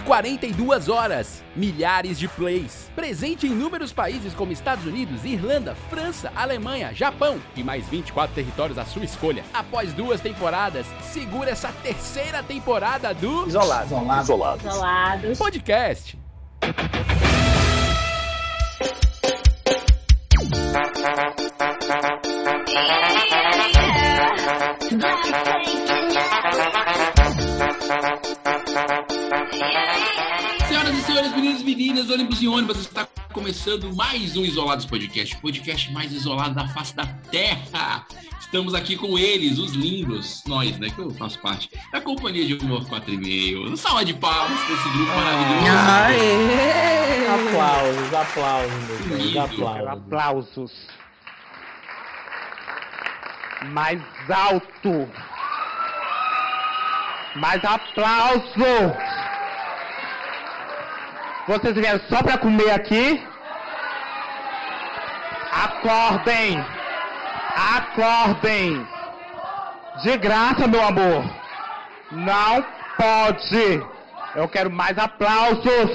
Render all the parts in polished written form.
42 horas, milhares de plays. Presente em inúmeros países como Estados Unidos, Irlanda, França, Alemanha, Japão e mais 24 territórios à sua escolha. Após 2 temporadas, segura essa terceira temporada do Isolados Podcast. Senhoras e senhores, meninos e meninas, ônibus e ônibus, está começando mais um Isolados Podcast, o podcast mais isolado da face da Terra. Estamos aqui com eles, os lindos, nós, né, que eu faço parte da companhia de humor 4,5. Salva de palmas para esse grupo maravilhoso. Aê! Aplausos. Mais alto. Mais aplauso. Vocês vieram só pra comer aqui? Acordem. De graça, meu amor. Não pode. Eu quero mais aplausos.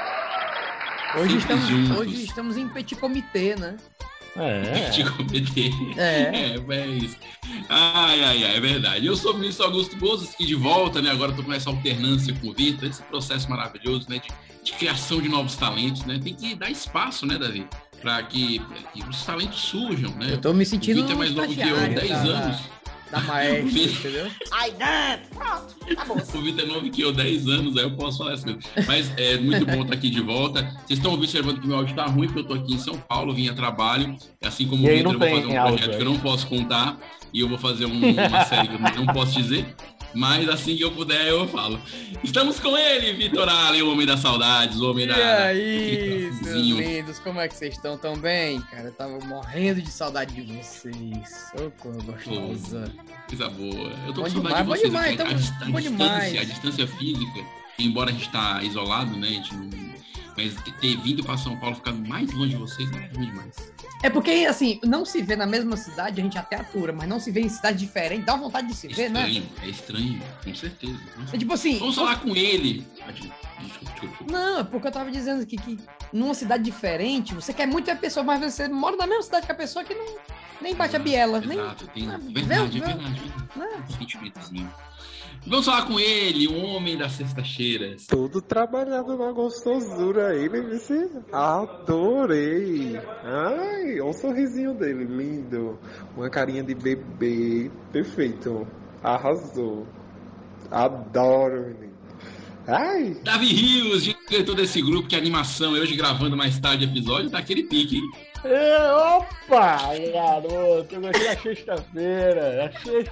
Hoje estamos em petit comité, né? Petit comité. É isso. É verdade. Eu sou o ministro Augusto Bozo, aqui de volta, né? Agora eu tô com essa alternância com o Vitor, esse processo maravilhoso, né? De criação de novos talentos, né? Tem que dar espaço, né, Davi? Para que os talentos surjam, né? Eu tô me sentindo o Vitor é mais novo que eu, 10 anos. Da maestra, entendeu? Pronto, acabou. O Vitor é novo que eu, 10 anos, aí eu posso falar essas coisas. Mas é muito bom estar aqui de volta. Vocês estão observando que meu áudio tá ruim, porque eu tô aqui em São Paulo, vim a trabalho. Assim como o Vitor, eu vou fazer um projeto que eu não posso contar. E eu vou fazer uma série que eu não posso dizer. Mas assim que eu puder, eu falo. Estamos com ele, Vitor Allen, o homem das saudades, o homem da... E aí, seus lindos, como é que vocês estão? Tão bem? Cara, eu tava morrendo de saudade de vocês. Ô, coisa gostosa. Coisa boa. Eu tô bom com saudade de vocês. Bom demais. A distância física, embora a gente tá isolado, né? A gente não... Mas ter vindo para São Paulo, ficando mais longe de vocês, é ruim demais. É porque, assim, não se vê na mesma cidade, a gente até atura, mas não se vê em cidade diferente, dá vontade de se ver, né? É estranho, com certeza. É tipo assim... Vamos falar com ele. Não, é porque eu tava dizendo aqui que numa cidade diferente, você quer muito ver a pessoa, mas você mora na mesma cidade que a pessoa que não nem bate a biela. Exato, nem... Verdade. Um sentimentozinho. Vamos falar com ele, o homem das sextas-feiras. Tudo trabalhado na gostosura, ele disse, adorei. Ai, olha o sorrisinho dele, lindo. Uma carinha de bebê, perfeito. Arrasou. Adoro, menino. Ai. Davi Rios, diretor desse grupo, que animação, hoje gravando mais tarde o episódio, tá aquele pique, hein? Opa, garoto, eu gostei da sexta-feira.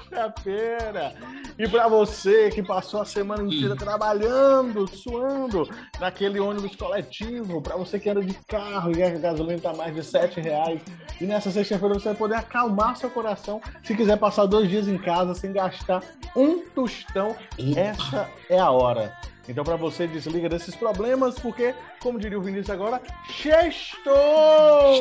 E pra você que passou a semana inteira trabalhando, suando, naquele ônibus coletivo, pra você que anda de carro e a gasolina tá mais de R$7, e nessa sexta-feira você vai poder acalmar seu coração se quiser passar 2 dias em casa sem gastar um tostão, essa é a hora. Então, para você, desliga desses problemas, porque, como diria o Vinícius agora, sextou!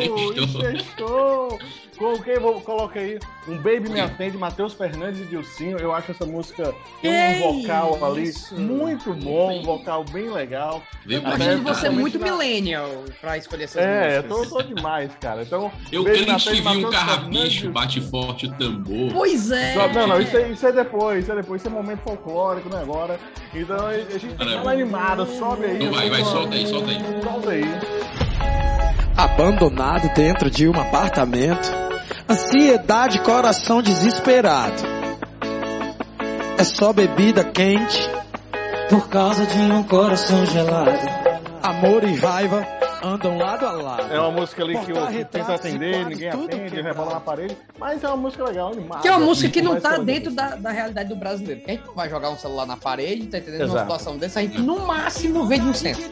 Coloca aí um Baby Me Atende, Matheus Fernandes e Dilcinho. Eu acho essa música tem um vocal ali muito bom, um vocal bem legal. Eu imagino você muito millennial pra escolher essas músicas. Tô demais, cara. Então, eu crente vi um carrapicho, bate forte o tambor. Pois é! Não, isso é depois, isso é momento folclórico, não é agora. Então, a gente tá animado, sobe aí. Então vai, solta aí. Solta aí. Abandonado dentro de um apartamento, ansiedade, coração desesperado. É só bebida quente por causa de um coração gelado. Amor e raiva andam lado a lado. É uma música ali que eu tento atender, ninguém atende, rebola na parede, mas é uma música legal, animada. Que é uma música que não tá dentro da realidade do brasileiro. A gente não vai jogar um celular na parede, tá entendendo? Numa situação dessa, a gente no máximo vende um centro.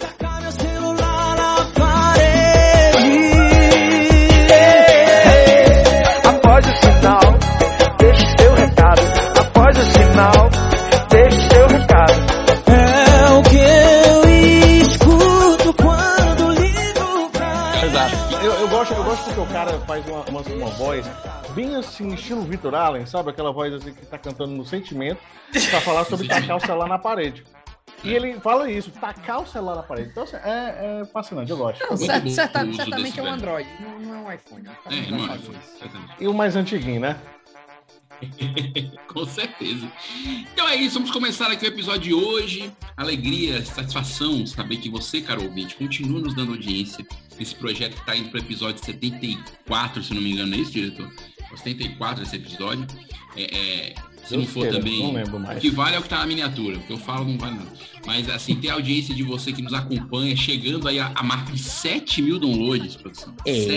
Após o sinal, deixe seu recado. Após o sinal, deixe seu recado. É o que eu escuto quando ligo pra... Exato. Eu gosto porque o cara faz uma voz bem assim, estilo Vitor Allen, sabe? Aquela voz assim que tá cantando no sentimento, pra falar sobre tacar o celular na parede. E ele fala isso, tacar o celular na parede. Então, é fascinante, eu gosto. Não, certamente é um Android, não é um iPhone. Não é um iPhone, certamente. E o mais antiguinho, né? Com certeza. Então é isso, vamos começar aqui o episódio de hoje. Alegria, satisfação saber que você, caro ouvinte, continua nos dando audiência nesse projeto que está indo para o episódio 74, se não me engano, é isso, diretor? 74 esse episódio. Se não for também, não lembro mais. O que vale é o que está na miniatura, o que eu falo não vale nada. Mas assim, ter a audiência de você que nos acompanha, chegando aí a marca de 7 mil downloads, produção.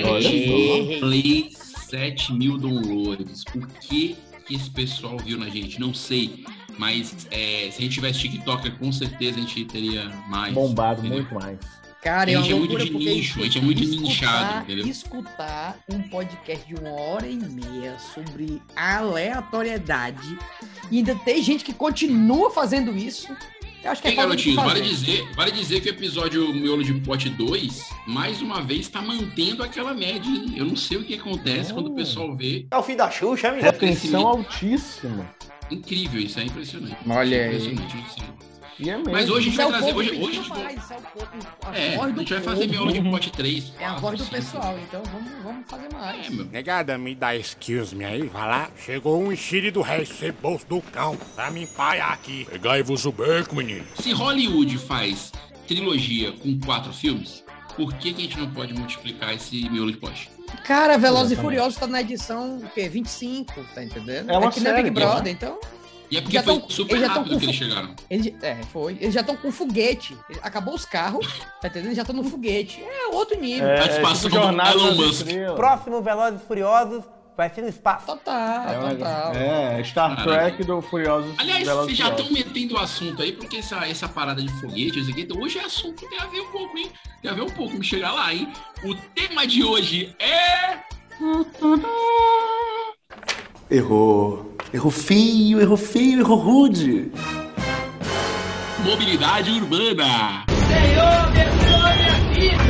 7 mil downloads. O que esse pessoal viu na gente? Não sei. Mas se a gente tivesse TikToker, com certeza a gente teria mais. Bombado, entendeu? Muito mais. Cara, a gente é muito de nicho, a gente é muito nichado, entendeu? Escutar um podcast de 1h30 sobre aleatoriedade e ainda tem gente que continua fazendo isso. Eu acho que garotinhos, vale dizer que o episódio Miolo de Pote 2, mais uma vez, está mantendo aquela média, hein? Eu não sei o que acontece quando o pessoal vê. É o fim da Xuxa, é retenção altíssima. Incrível, isso é impressionante. Olha aí. Mas hoje a gente vai trazer. A gente vai fazer Miolo de Pote 3. É a voz do pessoal, então vamos fazer mais. Negada, me dá excuse me aí, vai lá. Chegou um enxire do rei, ceboso do cão, pra me empaiar aqui. Pegai-vos o beco, menino. Se Hollywood faz trilogia com 4 filmes, por que a gente não pode multiplicar esse Miolo de Pote? Cara, Velozes e Furiosos tá na edição, o quê? 25, tá entendendo? É uma série, que não é Big Brother, então... E é porque foi super rápido que eles chegaram. Foi. Eles já estão com foguete. Acabou os carros, tá entendendo? Eles já estão no foguete. É outro nível. Participação do Elon Musk. Próximo Velozes e Furiosos vai ser no espaço. Total. Star Trek do Furiosos. Aliás, vocês já estão metendo o assunto aí, porque essa parada de foguete, isso aqui, hoje é assunto, tem a ver um pouco, hein? Tem a ver um pouco, me chegar lá, hein? O tema de hoje é... Errou feio, errou rude. Mobilidade urbana. Senhor, abençoe minha vida.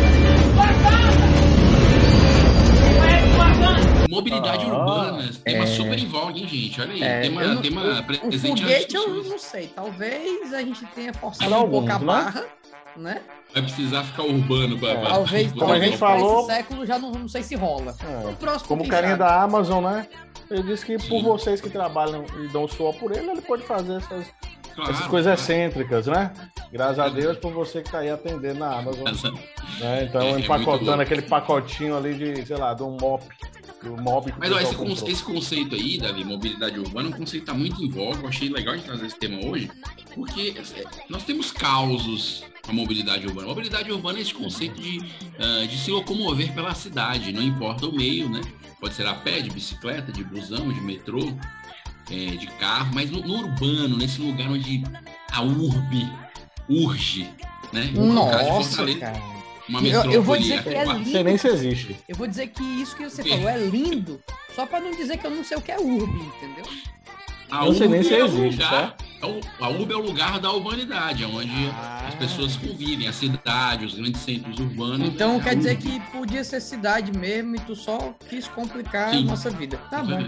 Mobilidade urbana, tema super em voga, hein, gente? Olha aí, tema presente. O foguete eu não sei, talvez a gente tenha forçado um pouco a barra, né? Vai precisar ficar urbano. Talvez, como a gente falou, esse século já não sei se rola. Como o carinha da Amazon, né? Ele disse que por vocês que trabalham e dão suor por ele pode fazer essas coisas excêntricas, né? Graças a Deus por você que tá aí atendendo na Amazon. Né? Então, empacotando aquele pacotinho ali de, sei lá, de um mop. Mas esse conceito aí, Davi, mobilidade urbana, é um conceito que tá muito em voga. Eu achei legal de trazer esse tema hoje, porque nós temos causos a mobilidade urbana. Mobilidade urbana é esse conceito de se locomover pela cidade, não importa o meio, né? Pode ser a pé, de bicicleta, de busão, de metrô, de carro, mas no urbano, nesse lugar onde a urbe urge, né? Nossa, cara. Eu vou dizer que é lindo. Não sei nem se existe. Eu vou dizer que isso que você falou é lindo, só para não dizer que eu não sei o que é urbe, entendeu? Não sei nem se existe, tá? A urbe é o lugar da urbanidade, onde as pessoas convivem, a cidade, os grandes centros urbanos. Então quer dizer que podia ser cidade mesmo e tu só quis complicar a nossa vida. Tá bom.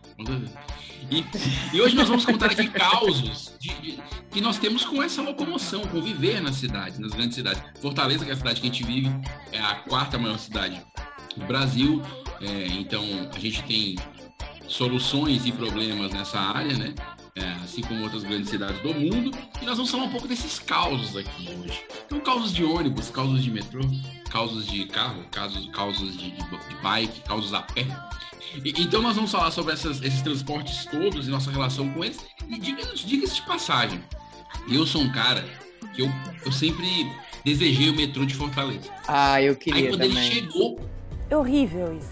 E hoje nós vamos contar aqui causos que nós temos com essa locomoção, com viver na cidade, nas grandes cidades. Fortaleza, que é a cidade que a gente vive, é a 4ª maior cidade do Brasil. Então a gente tem soluções e problemas nessa área, né? Assim como outras grandes cidades do mundo, e nós vamos falar um pouco desses causos aqui hoje. Então, causos de ônibus, causos de metrô, causos de carro, causos de bike, causos a pé. Então, nós vamos falar sobre esses transportes todos e nossa relação com eles. E diga-se de passagem, eu sou um cara que eu sempre desejei o metrô de Fortaleza. Eu queria. Aí, quando também. ele chegou... É horrível isso.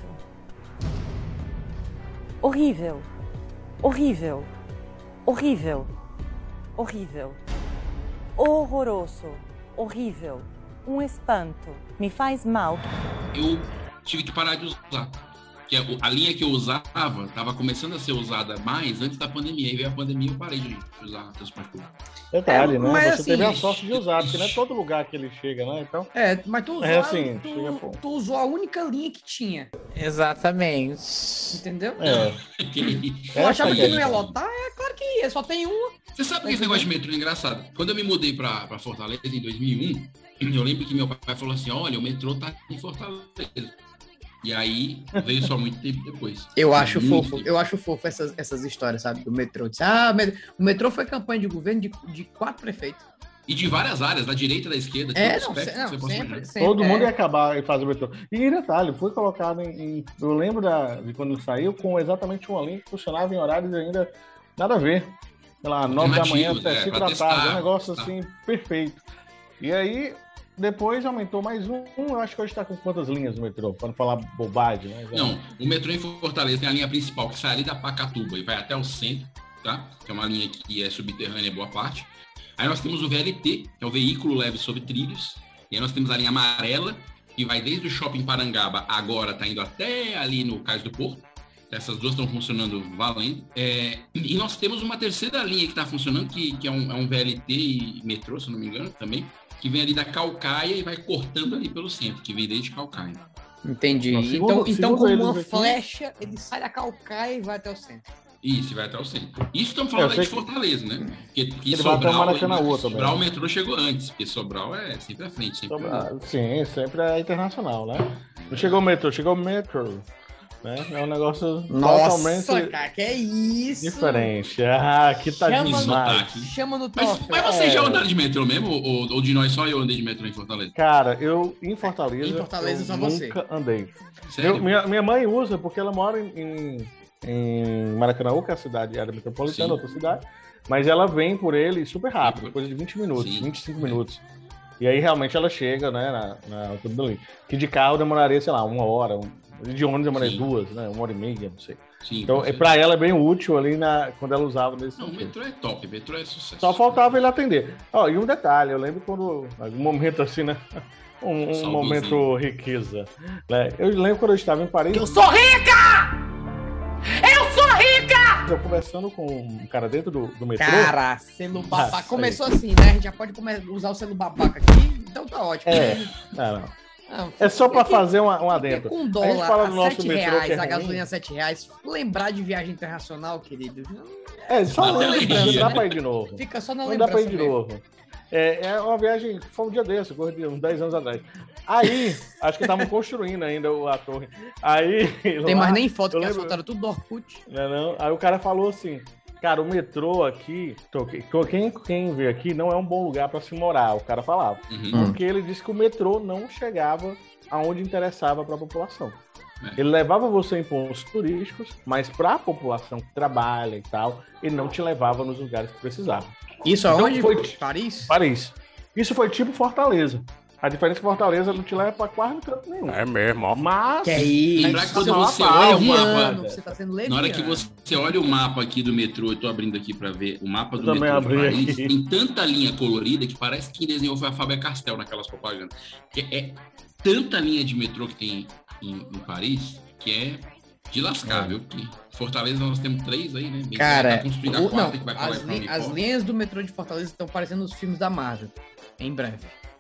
Horrível. Horrível. Horrível. Horrível. Horroroso. Horrível. Um espanto. Me faz mal. Eu tive que parar de usar. Que a linha que eu usava estava começando a ser usada mais antes da pandemia. E veio a pandemia e eu parei de usar transporte público. Detalhe, né? Mas, você teve a sorte de usar, porque não é todo lugar que ele chega, né? Então, mas tu usou, tu usou a única linha que tinha. Exatamente. Entendeu? É. Eu achava que não ia lotar, claro que ia, só tem uma. Você sabe que esse negócio de metrô é engraçado? Quando eu me mudei pra Fortaleza em 2001, eu lembro que meu pai falou assim, olha, o metrô tá em Fortaleza. E aí, veio só muito tempo depois. Eu acho fofo essas histórias, sabe, do metrô. O metrô foi campanha de governo de 4 prefeitos. E de várias áreas, da direita, da esquerda. Sempre. Todo mundo ia acabar e fazer o metrô. E detalhe, foi colocado eu lembro de quando saiu, com exatamente uma linha que funcionava em horários ainda nada a ver. Sei lá, 9 da manhã até 5 da tarde. Um negócio assim, perfeito. E aí, depois aumentou mais um. Eu acho que hoje está com quantas linhas no metrô? Para não falar bobagem, né? Não, o metrô em Fortaleza tem a linha principal, que sai ali da Pacatuba e vai até o centro, tá? Que é uma linha que é subterrânea, boa parte. Aí nós temos o VLT, que é o veículo leve sobre trilhos. E aí nós temos a linha amarela, que vai desde o Shopping Parangaba, agora está indo até ali no Cais do Porto. Essas duas estão funcionando valendo. E nós temos uma terceira linha que está funcionando, que é um VLT e metrô, se não me engano, também, que vem ali da Caucaia e vai cortando ali pelo centro, que vem desde Caucaia. Entendi. Então como uma flecha, ele sai da Caucaia e vai até o centro. Isso, vai até o centro. Isso estamos falando aí de Fortaleza, né? Porque Sobral o metrô chegou antes, porque Sobral é sempre à frente. Sempre sim, sempre é internacional, né? Não chegou o metrô, chegou o metro. Né? É um negócio totalmente cara, que é isso? Diferente. Aqui tá demais. Chama no toque. Mas vocês já andaram de metrô mesmo? Ou de nós só eu andei de metrô em Fortaleza? Cara, em Fortaleza só nunca você. Andei. Sério? Minha mãe usa porque ela mora em Maracanaú, que é a cidade, área metropolitana, outra cidade. Mas ela vem por ele super rápido, coisa de 20 minutos, 25 minutos. E aí realmente ela chega, né, na altura do Link. Que de carro demoraria, sei lá, 1 hora. De ônibus demoraria 2, né? 1h30, não sei. Sim, então, pra ela é bem útil ali quando ela usava nesse sentido. O metrô é top, o metrô é sucesso. Só faltava ele atender. E um detalhe, eu lembro quando, algum momento assim, né? Um momento riqueza. Né? Eu lembro quando eu estava em Paris. Eu sou rica! Eu sou rica! Eu conversando com um cara dentro do metrô. Cara, selo babaca. Começou assim, né? A gente já pode usar o selo babaca aqui, então tá ótimo. É só pra fazer um adendo. Com dólar, a gente fala do nosso metrô, que é a gasolina R$7, lembrar de viagem internacional, querido. Só lembrar, não dá pra ir de novo. Fica só na lembrança. Não dá pra ir de novo. É uma viagem, foi um dia desse, uns 10 anos atrás. Aí, acho que estavam construindo ainda a torre. Aí. Tem mais nem foto, que as fotos eram tudo do Orkut. Não. Aí o cara falou assim: cara, o metrô aqui, quem vê aqui não é um bom lugar para se morar, o cara falava. Porque ele disse que o metrô não chegava aonde interessava para a população. Ele levava você em pontos turísticos, mas para a população que trabalha e tal, ele não te levava nos lugares que precisava. Isso aonde? Foi Paris? Paris. Isso foi tipo Fortaleza. A diferença é que Fortaleza não te leva pra quase canto nenhum. É mesmo, ó. Mas... Que é isso? Lembrar que quando você olha o mapa... Você tá sendo leviano. Na hora que você olha o mapa aqui do metrô, eu tô abrindo aqui pra ver o mapa do metrô de Paris, aqui. Tem tanta linha colorida que parece que quem desenhou foi a Faber-Castell naquelas propagandas. Que é tanta linha de metrô que tem em Paris, que é de lascar, viu? Que Fortaleza nós temos 3 aí, né? Cara, as linhas do metrô de Fortaleza estão parecendo os filmes da Marvel. Em breve.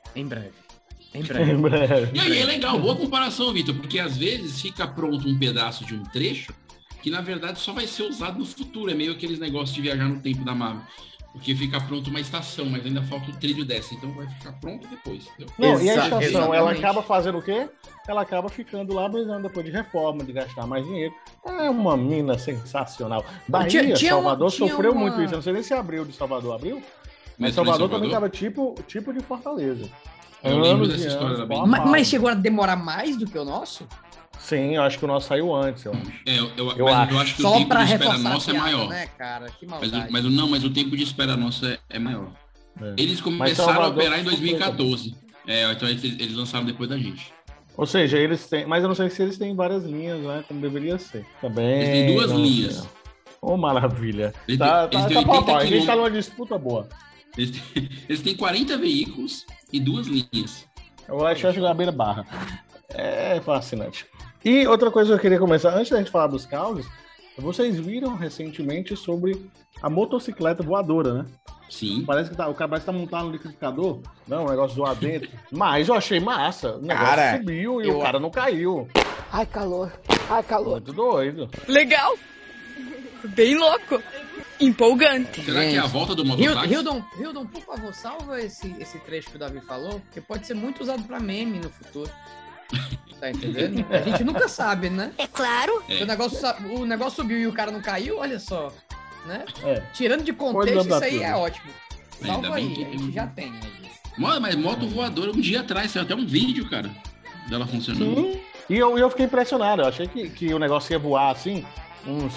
E aí é legal, boa comparação, Vitor, porque às vezes fica pronto um pedaço de um trecho que na verdade só vai ser usado no futuro. É meio aqueles negócios de viajar no tempo da Marvel. Porque fica pronto uma estação, mas ainda falta o trilho dessa, então vai ficar pronto depois. Entendeu? Não, e a estação, ela acaba fazendo o quê? Ela acaba ficando lá, precisando depois de reforma, de gastar mais dinheiro. É uma mina sensacional. Bahia, Salvador sofreu muito isso. Eu não sei nem se abriu de Salvador, abriu? Mas Salvador também estava tipo de Fortaleza. Eu lembro dessa história da Bahia. Mas chegou a demorar mais do que o nosso? Sim, eu acho que o nosso saiu antes, eu acho. Eu acho que só o tempo de espera nosso é maior. Né, cara? Que maldade. Mas o tempo de espera nosso é maior. Eles começaram a operar em 2014. Então eles lançaram depois da gente. Ou seja, eles têm... Mas eu não sei se eles têm várias linhas, né? Como deveria ser. Também. Eles têm 2 linhas. Maravilha. Eles tá papai. A gente tá numa disputa boa. Eles têm 40 veículos e 2 linhas. Eu vou deixar jogar a beira barra. É fascinante. E outra coisa que eu queria começar, antes da gente falar dos causos, vocês viram recentemente sobre a motocicleta voadora, né? Sim. Parece que o cara está montado no liquidificador, não, o negócio zoar dentro. Mas eu achei massa. O negócio subiu e o cara não caiu. Ai, calor. Muito doido. Legal. Bem louco. Empolgante. Será que é a volta do mototáxi? Hildon, por favor, salva esse trecho que o Davi falou, porque pode ser muito usado pra meme no futuro. Tá entendendo? A gente nunca sabe, né? É claro. O negócio subiu e o cara não caiu, olha só. Né? É. Tirando de contexto, isso aí é ótimo. Salva aí, que... a gente já tem. Mas moto voadora, um dia atrás, saiu até um vídeo, cara, dela funcionando. Sim. E eu fiquei impressionado. Eu achei que o negócio ia voar assim, uns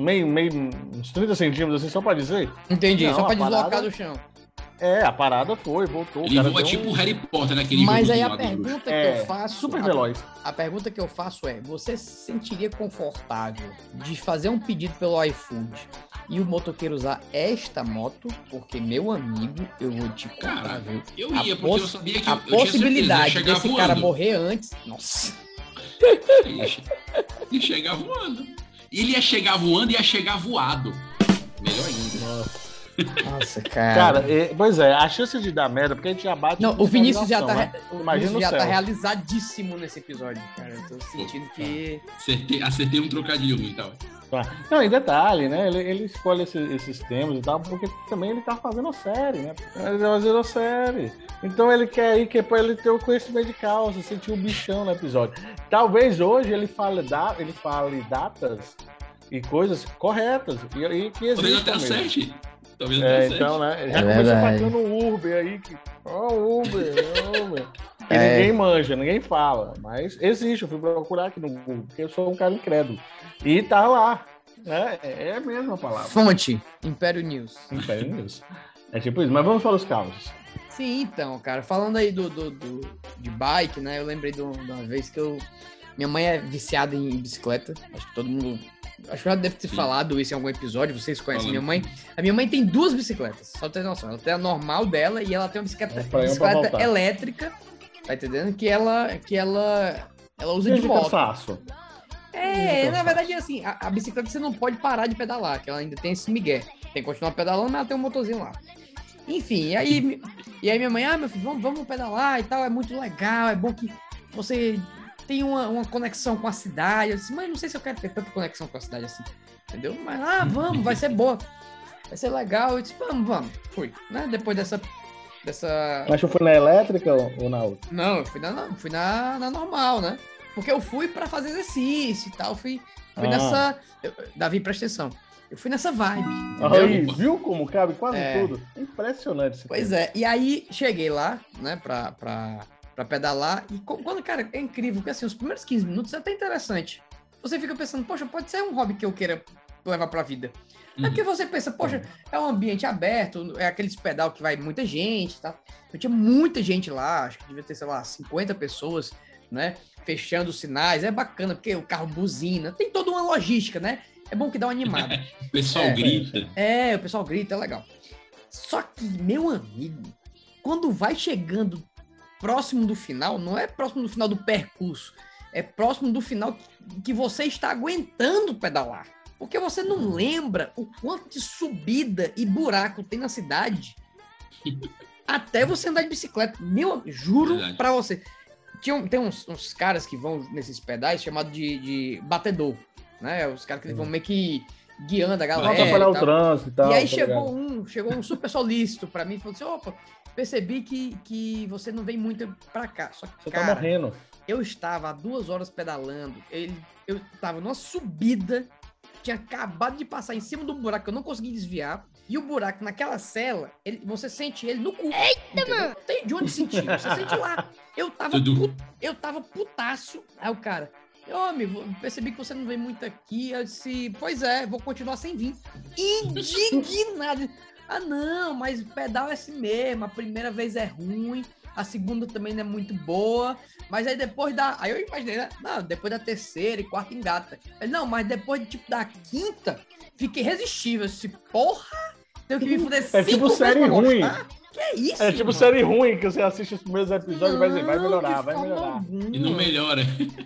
30 centímetros, assim, só pra dizer. Entendi, não, só pra deslocar do chão. É, a parada voltou. Ele voa tipo o Harry Potter naquele Mas jogo. Mas aí a pergunta que eu faço... Super veloz. A pergunta que eu faço é, você se sentiria confortável de fazer um pedido pelo iFood e o motoqueiro usar esta moto? Porque, meu amigo, eu vou te contar, viu? Eu ia, porque eu sabia que a possibilidade desse voando. Cara morrer antes... Nossa! Ele ia chegar voando. Ele ia chegar voando e ia chegar voado. Melhor ainda. Nossa, cara. Cara, pois é, a chance de dar merda, porque a gente já bate... Não, o Vinícius já tá, né? tá realizadíssimo nesse episódio, cara. Eu tô sentindo que... Acertei um trocadilho, então. Não, e detalhe, né? Ele escolhe esses temas e tal, porque também ele tá fazendo série, né? Ele tá fazendo série. Então ele quer ir, que é pra ele ter o conhecimento de causa, sentir o bichão no episódio. Talvez hoje ele fale datas e coisas corretas. E que talvez até acerte. Talvez até acerte. Então, né? Já começou batendo o Uber aí. Uber. E ninguém manja, ninguém fala. Mas existe, eu fui procurar aqui no Google, porque eu sou um cara incrédulo. E tá lá. É a mesma palavra. Fonte, Império News. Império News. É tipo isso, mas vamos para os carros. Sim, então, cara, falando aí de bike, né? Eu lembrei de uma vez que minha mãe é viciada em bicicleta. Acho que todo mundo... Acho que eu já deve ter falado isso em algum episódio. Vocês conhecem minha mãe? A minha mãe tem 2 bicicletas, só pra ter noção. Ela tem a normal dela e ela tem uma bicicleta elétrica, tá entendendo? Que ela usa de moto. Fácil. Na verdade, assim, a bicicleta você não pode parar de pedalar, que ela ainda tem esse migué. Tem que continuar pedalando, mas ela tem um motorzinho lá. Enfim, e aí minha mãe, meu filho, vamos pedalar e tal, é muito legal, é bom que você tem uma conexão com a cidade. Eu disse, mas não sei se eu quero ter tanta conexão com a cidade assim, entendeu? Mas, vamos, vai ser boa, vai ser legal. Eu disse, vamos, fui, né? Depois dessa... Mas tu foi na elétrica ou na outra? Não, eu fui na normal, né? Porque eu fui pra fazer exercício e tal, fui nessa... Davi, presta atenção. Eu fui nessa vibe. Aí, viu como cabe quase tudo? Impressionante. Pois é, e aí cheguei lá, né, pra pedalar, e quando, cara, é incrível, porque assim, os primeiros 15 minutos é até interessante. Você fica pensando, poxa, pode ser um hobby que eu queira levar pra vida. É porque você pensa, poxa, é um ambiente aberto, é aqueles pedal que vai muita gente, tá? Eu tinha muita gente lá, acho que devia ter, sei lá, 50 pessoas, né, fechando os sinais, é bacana, porque o carro buzina, tem toda uma logística, né? É bom que dá uma animada. O pessoal grita. O pessoal grita, é legal. Só que, meu amigo, quando vai chegando próximo do final, não é próximo do final do percurso, é próximo do final que você está aguentando pedalar. Porque você não lembra o quanto de subida e buraco tem na cidade até você andar de bicicleta. Juro pra você. Tem uns caras que vão nesses pedais chamados de batedor, né? Os caras que vão meio que guiando a galera. O trânsito e tal. E aí chegou um super solícito pra mim e falou assim, opa, percebi que você não vem muito pra cá. Só que, você tá morrendo. Eu estava há 2 horas pedalando, eu tava numa subida, tinha acabado de passar em cima do buraco que eu não consegui desviar, e o buraco naquela cela, você sente ele no cu. Eita, mano! Não tem de onde sentir, você sente lá. Eu tava putaço. Aí o cara, amigo, percebi que você não vem muito aqui. Eu disse, pois é, vou continuar sem vir. Indignado. Não, mas pedal é assim mesmo, a primeira vez é ruim, a segunda também não é muito boa, mas aí depois aí eu imaginei, né? Não, depois da terceira e quarta engata. Não, mas depois da quinta, fica irresistível. Eu disse, porra, tenho que me fuder 5 vezes. É tipo série ruim. Que é isso? É tipo, mano, série ruim, que você assiste os primeiros episódios e vai melhorar. E não melhora.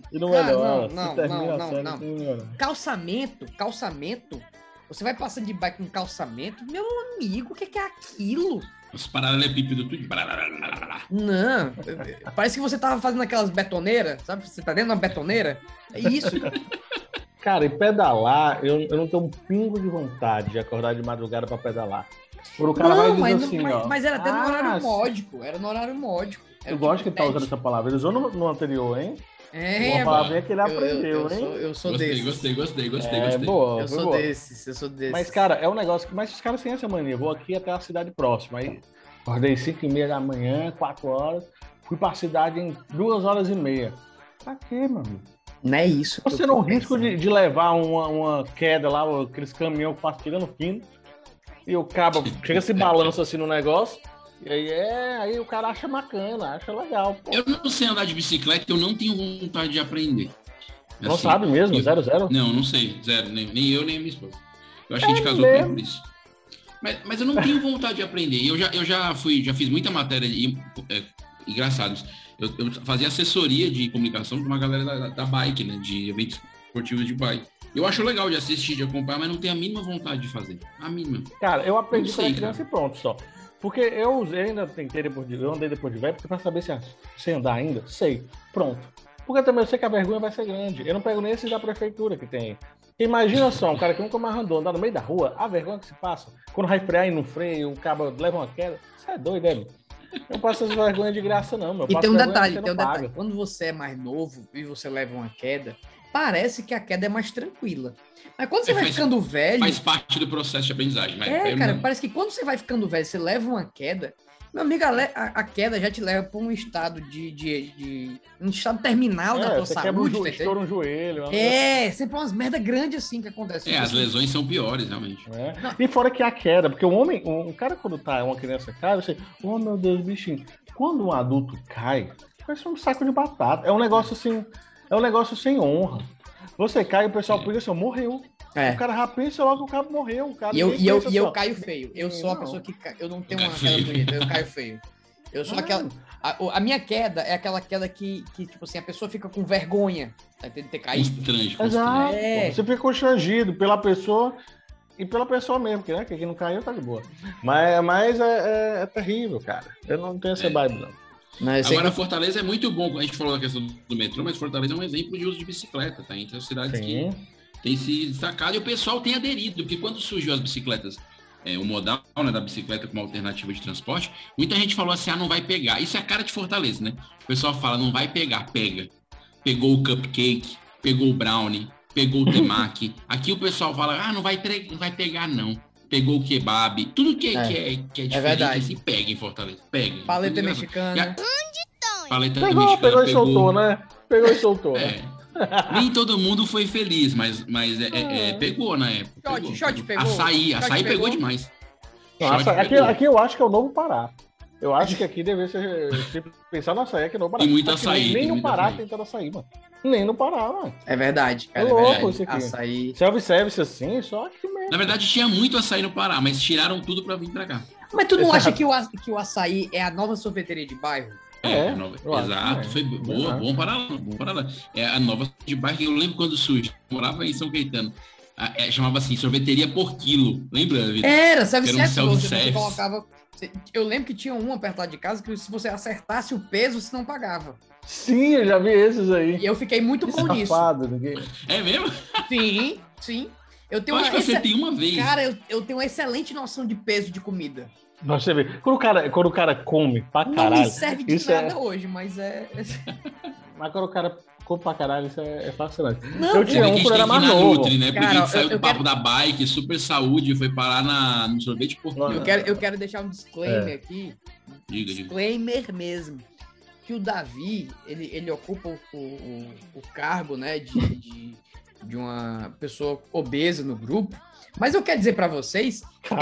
Não. Calçamento. Você vai passando de bike com calçamento, meu amigo, o que é aquilo? Os paralelepípedos tudo. Não, parece que você tava fazendo aquelas betoneiras, sabe? Você tá dentro de uma betoneira? É isso. Cara, e pedalar, eu não tenho um pingo de vontade de acordar de madrugada pra pedalar. Por o cara vai dizer assim, ó. Mas era até no horário módico. Era no horário módico. Eu gosto que ele tá usando essa palavra. Ele usou no anterior, hein? Uma palavrinha que ele aprendeu, hein? Eu sou desse. Gostei. Boa, eu sou desses. Mas, cara, é um negócio que... Mas os caras têm essa mania. Eu vou aqui até a cidade próxima. Aí, acordei 5h30 da manhã, 4 horas. Fui pra cidade em 2h30. Pra quê, meu amigo? Não é isso. Você não risco de levar uma queda lá, aqueles caminhões que passam tirando fino. E o cabo chega se balança assim no negócio. E aí o cara acha bacana, acha legal. Pô. Eu não sei andar de bicicleta, eu não tenho vontade de aprender. Não assim, sabe mesmo? 0? Não sei. 0. Nem eu, nem minha esposa. Eu acho que a gente casou por isso. Mas eu não tenho vontade de aprender. Eu já fiz muita matéria engraçado. Eu fazia assessoria de comunicação de uma galera da bike, né? De eventos esportivos de bike. Eu acho legal de assistir, de acompanhar, mas não tenho a mínima vontade de fazer. A mínima. Cara, eu aprendi quando era criança e pronto só. Porque eu ainda tentei eu andei depois de velho, porque pra saber se sei andar ainda, sei. Pronto. Porque também eu sei que a vergonha vai ser grande. Eu não pego nem esses da prefeitura que tem. Imagina só, um cara que nunca mais andou, andar no meio da rua, a vergonha que se passa. Quando vai frear e não freia, o cabo leva uma queda. Isso é doido, né? Eu não passo essas vergonhas de graça, não. Meu. E tem um detalhe. Quando você é mais novo e você leva uma queda, parece que a queda é mais tranquila. Mas quando você vai ficando velho... Faz parte do processo de aprendizagem. Mas cara, parece que quando você vai ficando velho, você leva uma queda... Meu amigo, a queda já te leva para um estado um estado terminal da tua saúde. Você quebra um joelho. Sempre umas merda grandes assim que acontece. As lesões são piores, realmente. E fora que a queda, porque um cara quando uma criança cai, você... Oh, meu Deus, bichinho. Quando um adulto cai, parece um saco de batata. É um negócio assim... É um negócio sem honra. Você cai e o pessoal pensa assim, morreu. O cara já pensa logo que o cara morreu. O cara eu caio feio. Eu sou a pessoa que cai. Eu não tenho uma queda bonita, eu caio feio. Eu sou aquela... A minha queda é aquela queda que, tipo assim, a pessoa fica com vergonha de ter caído. Exato. Você fica constrangido pela pessoa e pela pessoa mesmo, porque né, quem não caiu tá de boa. Mas é terrível, cara. Eu não tenho essa vibe, não. Agora, Fortaleza é muito bom. A gente falou da questão do metrô, mas Fortaleza é um exemplo de uso de bicicleta, tá? Entre as cidades que tem se destacado e o pessoal tem aderido, porque quando surgiu as bicicletas, o modal, né, da bicicleta como alternativa de transporte, muita gente falou assim, não vai pegar. Isso é a cara de Fortaleza, né? O pessoal fala, não vai pegar, pega. Pegou o cupcake, pegou o brownie, pegou o temaki. Aqui o pessoal fala, não vai pegar, não. Pegou o kebab, tudo que é diferente, assim, pega em Fortaleza. Pega. Paleta mexicana. Paleta mexicana. Pegou e soltou, né? Pegou e soltou. Nem todo mundo foi feliz, mas pegou na época. Shot pegou. Açaí pegou demais. Aqui eu acho que é o novo Pará. Eu acho que aqui deve ser, se pensar no açaí, aqui é novo Pará. Tem muito açaí. Nem no Pará tem tanto açaí, mano. Nem no Pará, mano. É verdade, cara. É louco isso aqui. Açaí. Self-service assim, só que mesmo. Na verdade, tinha muito açaí no Pará, mas tiraram tudo pra vir pra cá. Mas tu não acha que o açaí é a nova sorveteria de bairro? Exato. Foi boa, bom para lá. É a nova de bairro que eu lembro quando surgiu. Eu morava em São Caetano. Chamava assim, sorveteria por quilo. Lembra, Vitor? Era self-service. Você colocava... Eu lembro que tinha uma perto lá de casa que se você acertasse o peso, você não pagava. Sim, eu já vi esses aí. E eu fiquei muito bom nisso. É mesmo? Sim. Eu acho que você tem uma vez. Cara, eu tenho uma excelente noção de peso de comida. Nossa, você vê. Quando o cara come pra caralho... Não me serve de nada hoje, mas é... Mas quando o cara come pra caralho, isso é fascinante. Não, eu tinha quando era mais novo. Nutri, né? Porque a gente saiu do papo da bike, super saúde, foi parar no sorvete por quilo. Eu quero deixar um disclaimer aqui. Diga. Disclaimer mesmo. Que o Davi, ele ocupa o cargo, né, de uma pessoa obesa no grupo. Mas eu quero dizer pra vocês,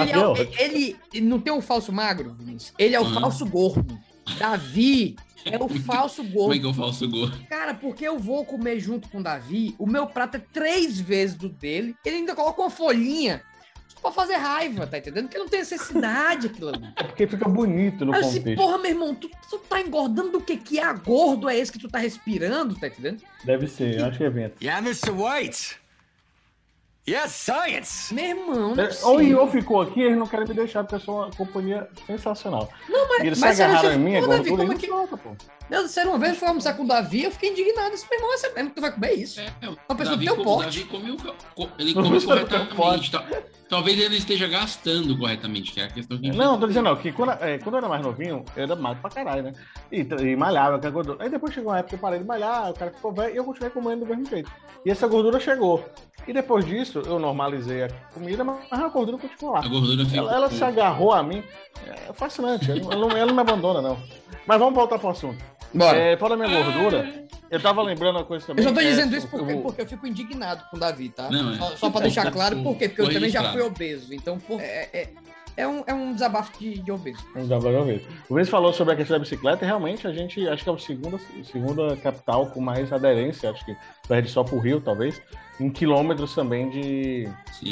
ele não tem o falso magro, Vinícius. Ele é o falso gordo. Davi é o falso gordo. Como é que é o falso gordo? Cara, porque eu vou comer junto com o Davi, o meu prato é 3 vezes do dele, ele ainda coloca uma folhinha pra fazer raiva, tá entendendo? Porque não tem necessidade aquilo ali. É porque fica bonito no contexto. Assim, porra, meu irmão, tu tá engordando do que é gordo é esse que tu tá respirando, tá entendendo? Deve ser, acho que é evento. Yeah, Mr. White. Yes, science! Meu irmão, ou o Iô ficou aqui, eles não querem me deixar, porque eu sou uma companhia sensacional. Não, mas... E eles se agarraram em mim, agora tudo Davi, solta, pô. Sério, uma vez eu fui almoçar com o Davi, eu fiquei indignado. Esse meu irmão, você mesmo que tu vai comer isso? Uma pessoa do teu porte. Ele come corretamente. Talvez ele esteja gastando corretamente, que é a questão que... Não, tô dizendo que quando eu era mais novinho, eu era magro pra caralho, né? E malhava, que a gordura. Aí depois chegou uma época que eu parei de malhar, o cara ficou velho e eu continuei comendo do mesmo jeito. E essa gordura chegou. E depois disso, eu normalizei a comida, mas a gordura continuou lá. A gordura ela se agarrou a mim. É fascinante, ela não me abandona, não. Mas vamos voltar pro assunto. Bora. Fala da minha gordura, eu tava lembrando uma coisa também. Eu só tô dizendo isso porque eu fico indignado com o Davi, tá? Não, só pra deixar claro, por quê? Porque eu também já fui obeso. Então, é um desabafo de obeso. Um desabafo de obeso. O Luiz falou sobre a questão da bicicleta e realmente a gente, acho que é a segunda capital com mais aderência, acho que perde só pro Rio, talvez, em quilômetros também de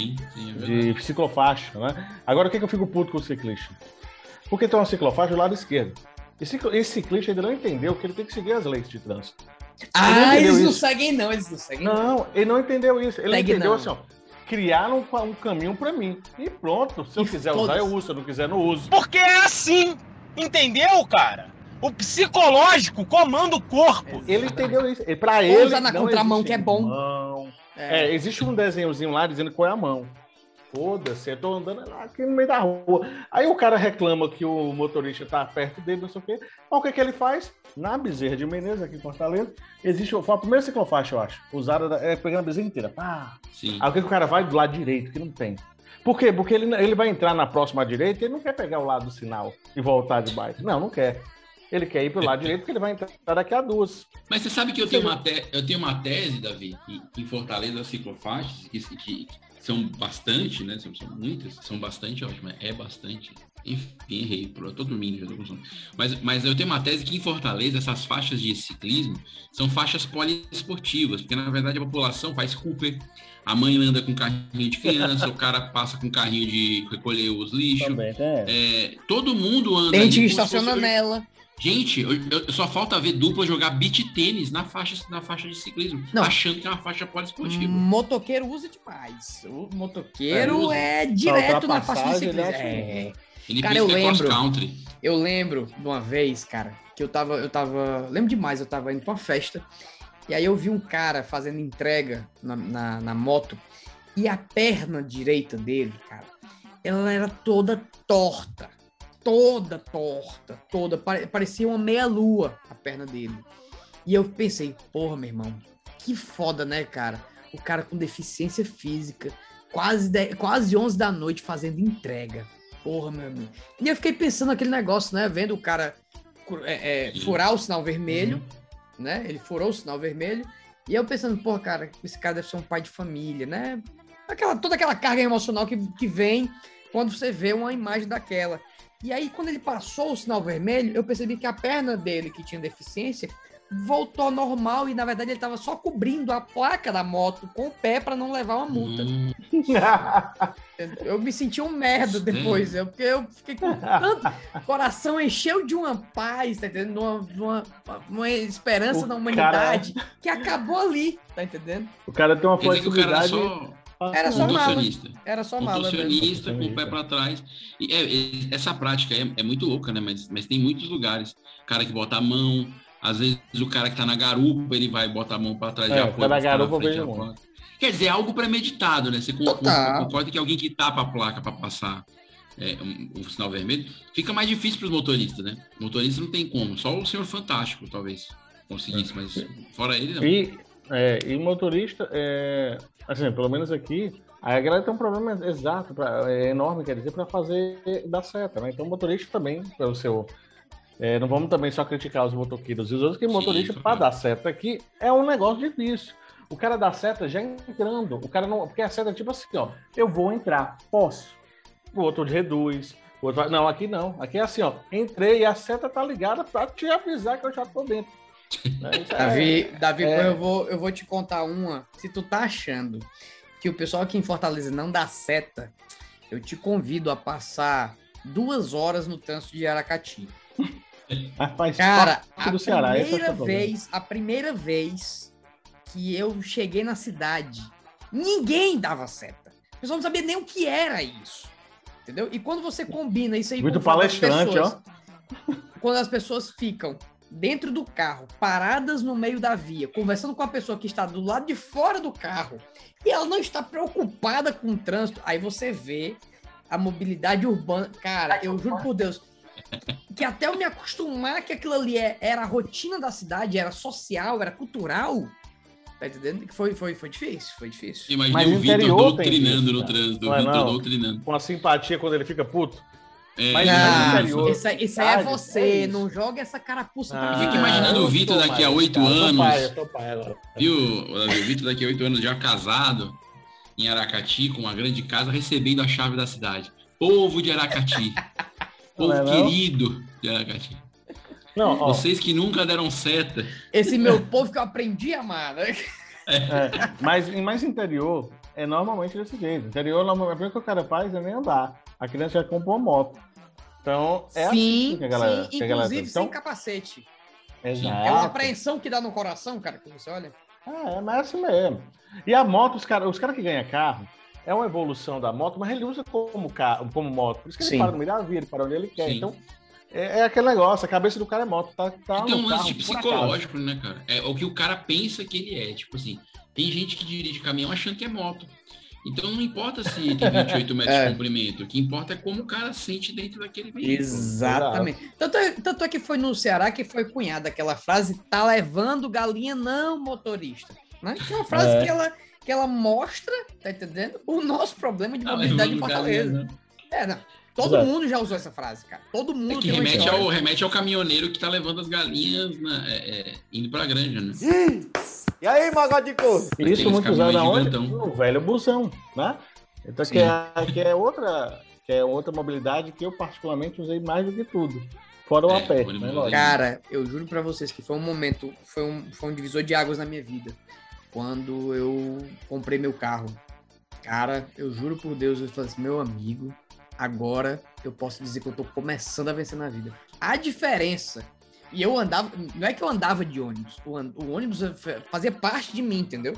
ciclofaixa, né? Agora, o que eu fico puto com o ciclista? Porque tem uma ciclofaixa do lado esquerdo. Esse ciclista ainda não entendeu que ele tem que seguir as leis de trânsito. Eles não seguem não. Não, ele não entendeu isso. Ele entendeu assim, ó, criaram um caminho pra mim. E pronto, se eu quiser usar, eu uso. Se eu não quiser, não uso. Porque é assim, entendeu, cara? O psicológico comanda o corpo. Ele entendeu isso. Pra ele, usar na contramão, que é bom. Existe um desenhozinho lá dizendo qual é a mão. Foda-se, eu tô andando lá aqui no meio da rua. Aí o cara reclama que o motorista tá perto dele, não sei o quê. Mas o que ele faz? Na Bezerra de Menezes, aqui em Fortaleza, foi a primeira ciclofaixa, eu acho. Usada, pegando a Bezerra inteira. Sim. Aí o que o cara vai do lado direito, que não tem. Por quê? Porque ele vai entrar na próxima direita e ele não quer pegar o lado do sinal e voltar de bike. Não quer. Ele quer ir pro lado direito porque ele vai entrar daqui a 2. Mas você sabe que eu tenho uma tese, Davi, que em Fortaleza as ciclofaixas, que são bastante, né? São muitas, são bastante ótimas. É bastante. Enfim, errei. Eu tô dormindo, já tô com sono. Mas eu tenho uma tese que em Fortaleza essas faixas de ciclismo são faixas poliesportivas, porque na verdade a população faz Cooper, a mãe anda com carrinho de criança, o cara passa com carrinho de recolher os lixos. Também, todo mundo anda. Tem gente que estaciona nela. Gente, eu só falta ver dupla jogar beach tênis na faixa de ciclismo, achando que é uma faixa poliesportiva. Motoqueiro usa demais. O motoqueiro é direto na faixa de ciclismo. Ele cara, cross-country. Eu lembro de uma vez, cara, que eu tava... Lembro demais, eu tava indo pra uma festa, e aí eu vi um cara fazendo entrega na moto, e a perna direita dele, cara, ela era toda torta. Parecia uma meia-lua a perna dele. E eu pensei, porra, meu irmão, que foda, né, cara? O cara com deficiência física, quase 11 da noite fazendo entrega. Porra, meu amigo. E eu fiquei pensando naquele negócio, né? Vendo o cara furar o sinal vermelho, né? Ele furou o sinal vermelho. E eu pensando, porra, cara, esse cara deve ser um pai de família, né? Toda aquela carga emocional que vem quando você vê uma imagem daquela. E aí, quando ele passou o sinal vermelho, eu percebi que a perna dele, que tinha deficiência, voltou ao normal e, na verdade, ele estava só cobrindo a placa da moto com o pé para não levar uma multa. Eu me senti um merda depois, porque eu fiquei com tanto... O coração encheu de uma paz, tá entendendo? Uma esperança na humanidade que acabou ali, tá entendendo? O cara tem uma flexibilidade... Era só mala. Era só mala. Contorcionista com o pé para trás. E essa prática é muito louca, né? Mas tem muitos lugares. O cara que bota a mão, às vezes o cara que tá na garupa, ele vai botar a mão para trás de apoio. Na garupa vejo. Quer dizer, é algo premeditado, né? Você concorda que alguém que tapa a placa para passar o sinal vermelho, fica mais difícil para os motoristas, né? O motorista não tem como. Só o Senhor Fantástico, talvez, conseguisse. Mas fora ele, não. E motorista... Assim, pelo menos aqui, a galera tem um problema exato, enorme, quer dizer, para fazer dar seta, né? Então, o motorista também, pelo seu... não vamos também só criticar os motoqueiros e os outros, que motorista, para dar seta aqui, é um negócio difícil. O cara dá seta já entrando, o cara não... Porque a seta é tipo assim, ó, eu vou entrar, posso. O outro reduz, o outro vai... Não, aqui não. Aqui é assim, ó, entrei e a seta tá ligada para te avisar que eu já tô dentro. Davi, eu vou te contar uma. Se tu tá achando que o pessoal aqui em Fortaleza não dá seta, eu te convido a passar 2 horas no trânsito de Aracati. Cara, a primeira vez que eu cheguei na cidade, Ninguém dava seta. O pessoal não sabia nem o que era isso. Entendeu? E quando você combina isso aí... Muito palestrante, ó. Quando as pessoas ficam dentro do carro, paradas no meio da via, conversando com a pessoa que está do lado de fora do carro, e ela não está preocupada com o trânsito, aí você vê a mobilidade urbana. Cara, eu juro por Deus, que até eu me acostumar que aquilo ali era a rotina da cidade, era social, era cultural, tá entendendo? Foi difícil. Imagina o Vitor doutrinando no trânsito, o Vitor doutrinando. Com a simpatia quando ele fica puto. Mas isso aí é você, não joga essa carapuça pra mim. Fica imaginando o Vitor daqui a 8 anos. Eu tô pai agora. Viu, o Vitor daqui a 8 anos já casado, em Aracati, com uma grande casa, recebendo a chave da cidade. Povo de Aracati. Povo querido de Aracati. Não, vocês que nunca deram seta. Esse meu povo que eu aprendi a amar, né? Mas em mais interior, é normalmente desse jeito. Interior, normalmente, o que o cara faz é nem andar. A criança já comprou uma moto. Então, assim que a galera... Sim, inclusive sem capacete. Exato. É uma apreensão que dá no coração, cara, que você olha. Mas é assim mesmo. E a moto, os caras que ganham carro, é uma evolução da moto, mas ele usa como moto. Por isso que ele para no meio da via, ele para onde ele quer. Sim. Então, é aquele negócio, a cabeça do cara é moto. Tá tem um lance psicológico, né, cara? É o que o cara pensa que ele é. Tipo assim, tem gente que dirige caminhão achando que é moto. Então não importa se tem 28 metros de comprimento, o que importa é como o cara sente dentro daquele veículo. Exatamente. Tanto é que foi no Ceará que foi cunhada aquela frase, tá levando galinha não, motorista. Né? Que é uma frase que ela mostra, tá entendendo? O nosso problema de mobilidade em Fortaleza. Não. Todo mundo já usou essa frase, cara. Todo mundo que remete ao caminhoneiro que tá levando as galinhas indo pra granja, né? E aí, Magode de Cor? Isso muito usado aonde? No velho busão, né? Então, que é outra mobilidade que eu particularmente usei mais do que tudo. Fora o a pé, né? Cara, eu juro pra vocês que foi um momento, foi um divisor de águas na minha vida. Quando eu comprei meu carro. Cara, eu juro por Deus, eu falei assim, meu amigo, agora eu posso dizer que eu tô começando a vencer na vida. A diferença... E eu andava... Não é que eu andava de ônibus. O ônibus fazia parte de mim, entendeu?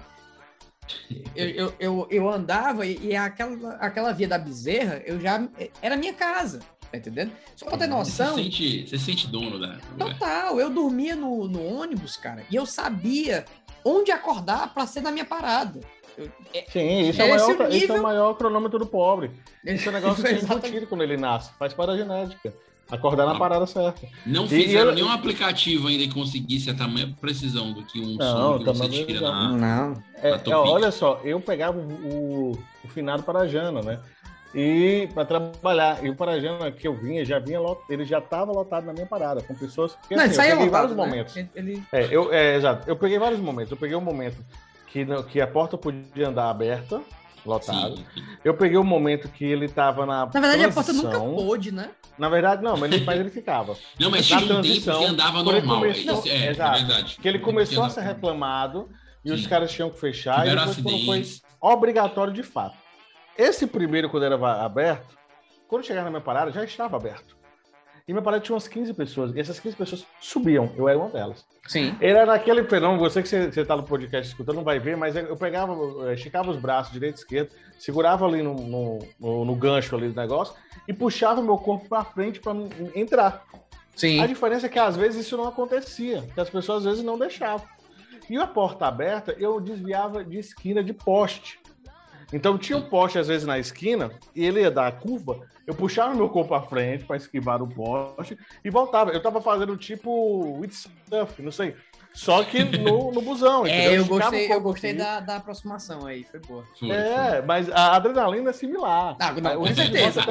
Eu andava e aquela via da Bezerra, eu já... Era minha casa, tá entendendo? Só pra ter noção... Você se sente dono da... Total. Eu dormia no ônibus, cara, e eu sabia onde acordar pra ser na minha parada. Sim, isso é o maior cronômetro do pobre. Esse é o negócio que é embutido quando ele nasce. Faz parte da genética. Acordar na parada certa. Não fizeram nenhum aplicativo ainda que conseguisse a tamanha precisão do que um som que você tira na olha só, eu pegava o finado Parajana, né? E para trabalhar. E o Parajana que eu vinha, ele já estava lotado na minha parada, com pessoas... Porque, não, assim, eu peguei vários momentos. Exato. Eu peguei vários momentos. Eu peguei um momento que a porta podia andar aberta, lotado. Sim. Eu peguei um momento que ele estava na verdade, a porta nunca pôde, né? Na verdade, não, mas ele ficava. Não, mas tinha um tempo que andava normal. Exato. Verdade. Que ele começou a ser reclamado e os caras tinham que fechar. Tiveram e depois foi obrigatório de fato. Esse primeiro, quando era aberto, quando chegava na minha parada, já estava aberto. E minha parada tinha umas 15 pessoas. E essas 15 pessoas subiam. Eu era uma delas. Sim. Era naquele fenômeno, você que você tá no podcast escutando, não vai ver, mas eu pegava, esticava os braços, direito e esquerdo, segurava ali no gancho ali do negócio e puxava meu corpo para frente para entrar. Sim. A diferença é que às vezes isso não acontecia, que as pessoas às vezes não deixavam. E a porta aberta, eu desviava de esquina de poste. Então tinha um poste às vezes na esquina e ele ia dar a curva, eu puxava meu corpo à frente para esquivar o poste e voltava. Eu tava fazendo tipo with stuff, não sei. Só que no busão. Eu gostei da aproximação aí, foi boa. Mas a adrenalina é similar. Com certeza.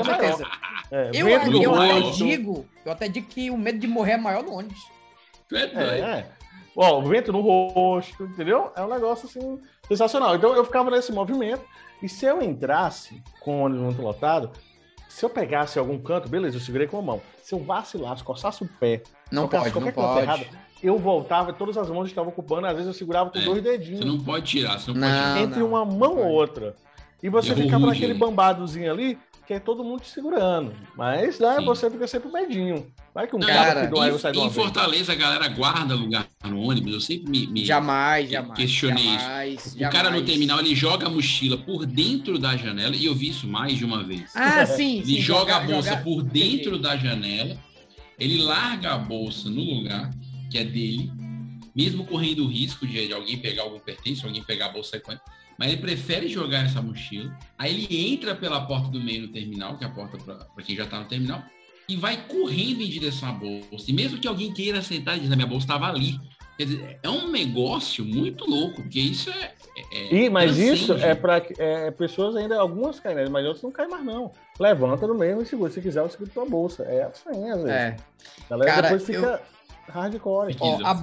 Eu até digo que o medo de morrer é maior no ônibus. O vento no rosto, entendeu? É um negócio assim sensacional. Então eu ficava nesse movimento e se eu entrasse com o ônibus muito lotado, se eu pegasse algum canto, beleza, eu segurei com a mão. Se eu vacilasse, coçasse o pé, não pode. Errada, eu voltava, todas as mãos estavam ocupando, às vezes eu segurava com 2 dedinhos. Você não pode tirar, entre uma mão ou outra. E você fica naquele bambadozinho ali, que é todo mundo te segurando. Mas você fica sempre medinho. Vai que um cara sai de uma em Fortaleza, a galera guarda lugar no ônibus. Eu sempre me questionei isso. O cara no terminal, ele joga a mochila por dentro da janela, e eu vi isso mais de uma vez. Sim. Ele joga a bolsa por dentro da janela, ele larga a bolsa no lugar que é dele, mesmo correndo o risco de alguém pegar algum pertence, alguém pegar a bolsa com ele. Mas ele prefere jogar essa mochila, aí ele entra pela porta do meio no terminal, que é a porta para quem já está no terminal, e vai correndo em direção à bolsa. E mesmo que alguém queira sentar, ele diz, a minha bolsa estava ali. Quer dizer, é um negócio muito louco, porque isso mas isso é para pessoas ainda, algumas caem, mas outras não caem mais não. Levanta no meio e segura. Se quiser, eu seguro tua bolsa. É assim, às vezes. A galera depois fica hardcore. A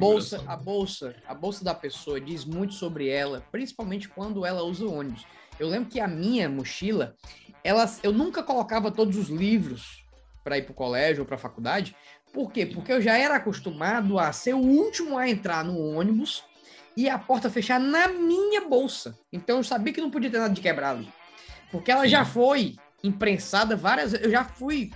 bolsa da pessoa diz muito sobre ela, principalmente quando ela usa o ônibus. Eu lembro que a minha mochila, eu nunca colocava todos os livros para ir para o colégio ou para a faculdade. Por quê? Porque eu já era acostumado a ser o último a entrar no ônibus e a porta fechar na minha bolsa. Então eu sabia que não podia ter nada de quebrar ali. Porque ela já foi imprensada várias vezes. Eu já fui...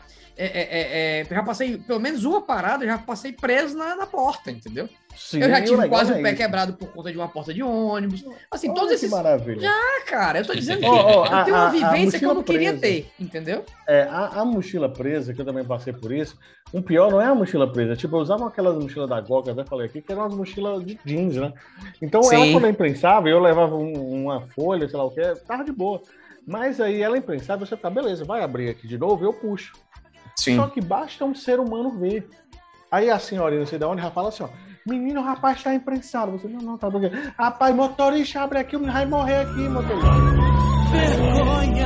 já passei pelo menos uma parada, já passei preso na porta, entendeu? Sim, eu já tive quase o pé quebrado por conta de uma porta de ônibus. Assim, todos esses... maravilha. Já, cara, eu tô dizendo que eu tenho uma vivência que eu não queria ter, entendeu? A mochila presa, que eu também passei por isso, o pior não é a mochila presa. Tipo, eu usava aquelas mochilas da Goga, eu até falei aqui, que eram umas mochilas de jeans, né? Então, ela quando é impensável, eu levava uma folha, sei lá o que, tava de boa. Mas aí ela é impensável, você tá, beleza, vai abrir aqui de novo, eu puxo. Sim. Só que basta um ser humano ver. Aí a senhora, não sei de onde, já fala assim, ó, menino, o rapaz está imprensado. Você, não, tá bom. Rapaz, motorista, abre aqui, o menino vai morrer aqui, motorista. Vergonha,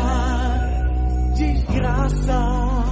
desgraça,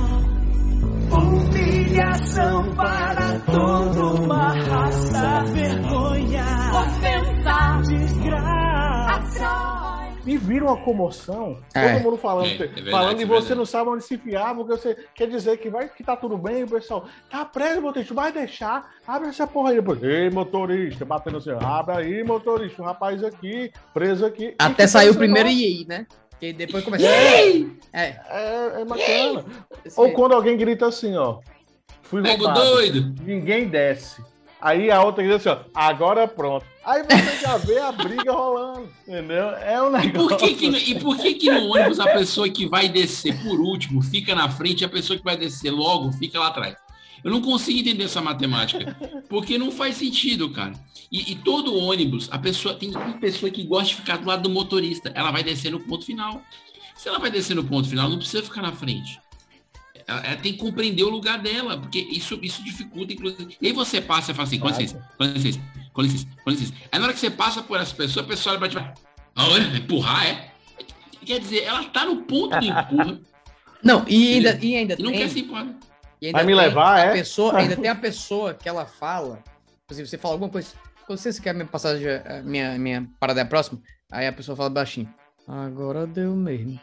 humilhação para toda uma raça. Vergonha, ofensa, desgraça. E vira uma comoção, todo mundo falando, e você não sabe onde se fiar, porque você quer dizer que tá tudo bem, o pessoal, tá preso, motorista, vai deixar, abre essa porra aí depois. Ei, motorista, batendo assim, abre aí, motorista, um rapaz aqui, preso aqui. Até saiu o primeiro IE, né? Que depois começou. É bacana. Ou quando alguém grita assim, ó, fui roubado, doido. Ninguém desce. Aí a outra grita assim, ó, agora pronto. Aí você já vê a briga rolando, entendeu? É um negócio... E por que no ônibus a pessoa que vai descer por último fica na frente e a pessoa que vai descer logo fica lá atrás? Eu não consigo entender essa matemática, porque não faz sentido, cara. E todo ônibus, tem pessoa que gosta de ficar do lado do motorista, ela vai descer no ponto final. Se ela vai descer no ponto final, não precisa ficar na frente. Ela tem que compreender o lugar dela, porque isso dificulta, inclusive. E aí você passa e fala assim, com licença. Aí na hora que você passa por essa pessoa, a pessoa vai empurrar, Quer dizer, ela tá no ponto do empurra. Não, e ainda não quer se empurrar. Vai me levar, Ainda tem a pessoa que ela fala, inclusive você fala alguma coisa, com licença, quer minha passagem, minha parada é a próxima? Aí a pessoa fala baixinho, agora deu mesmo.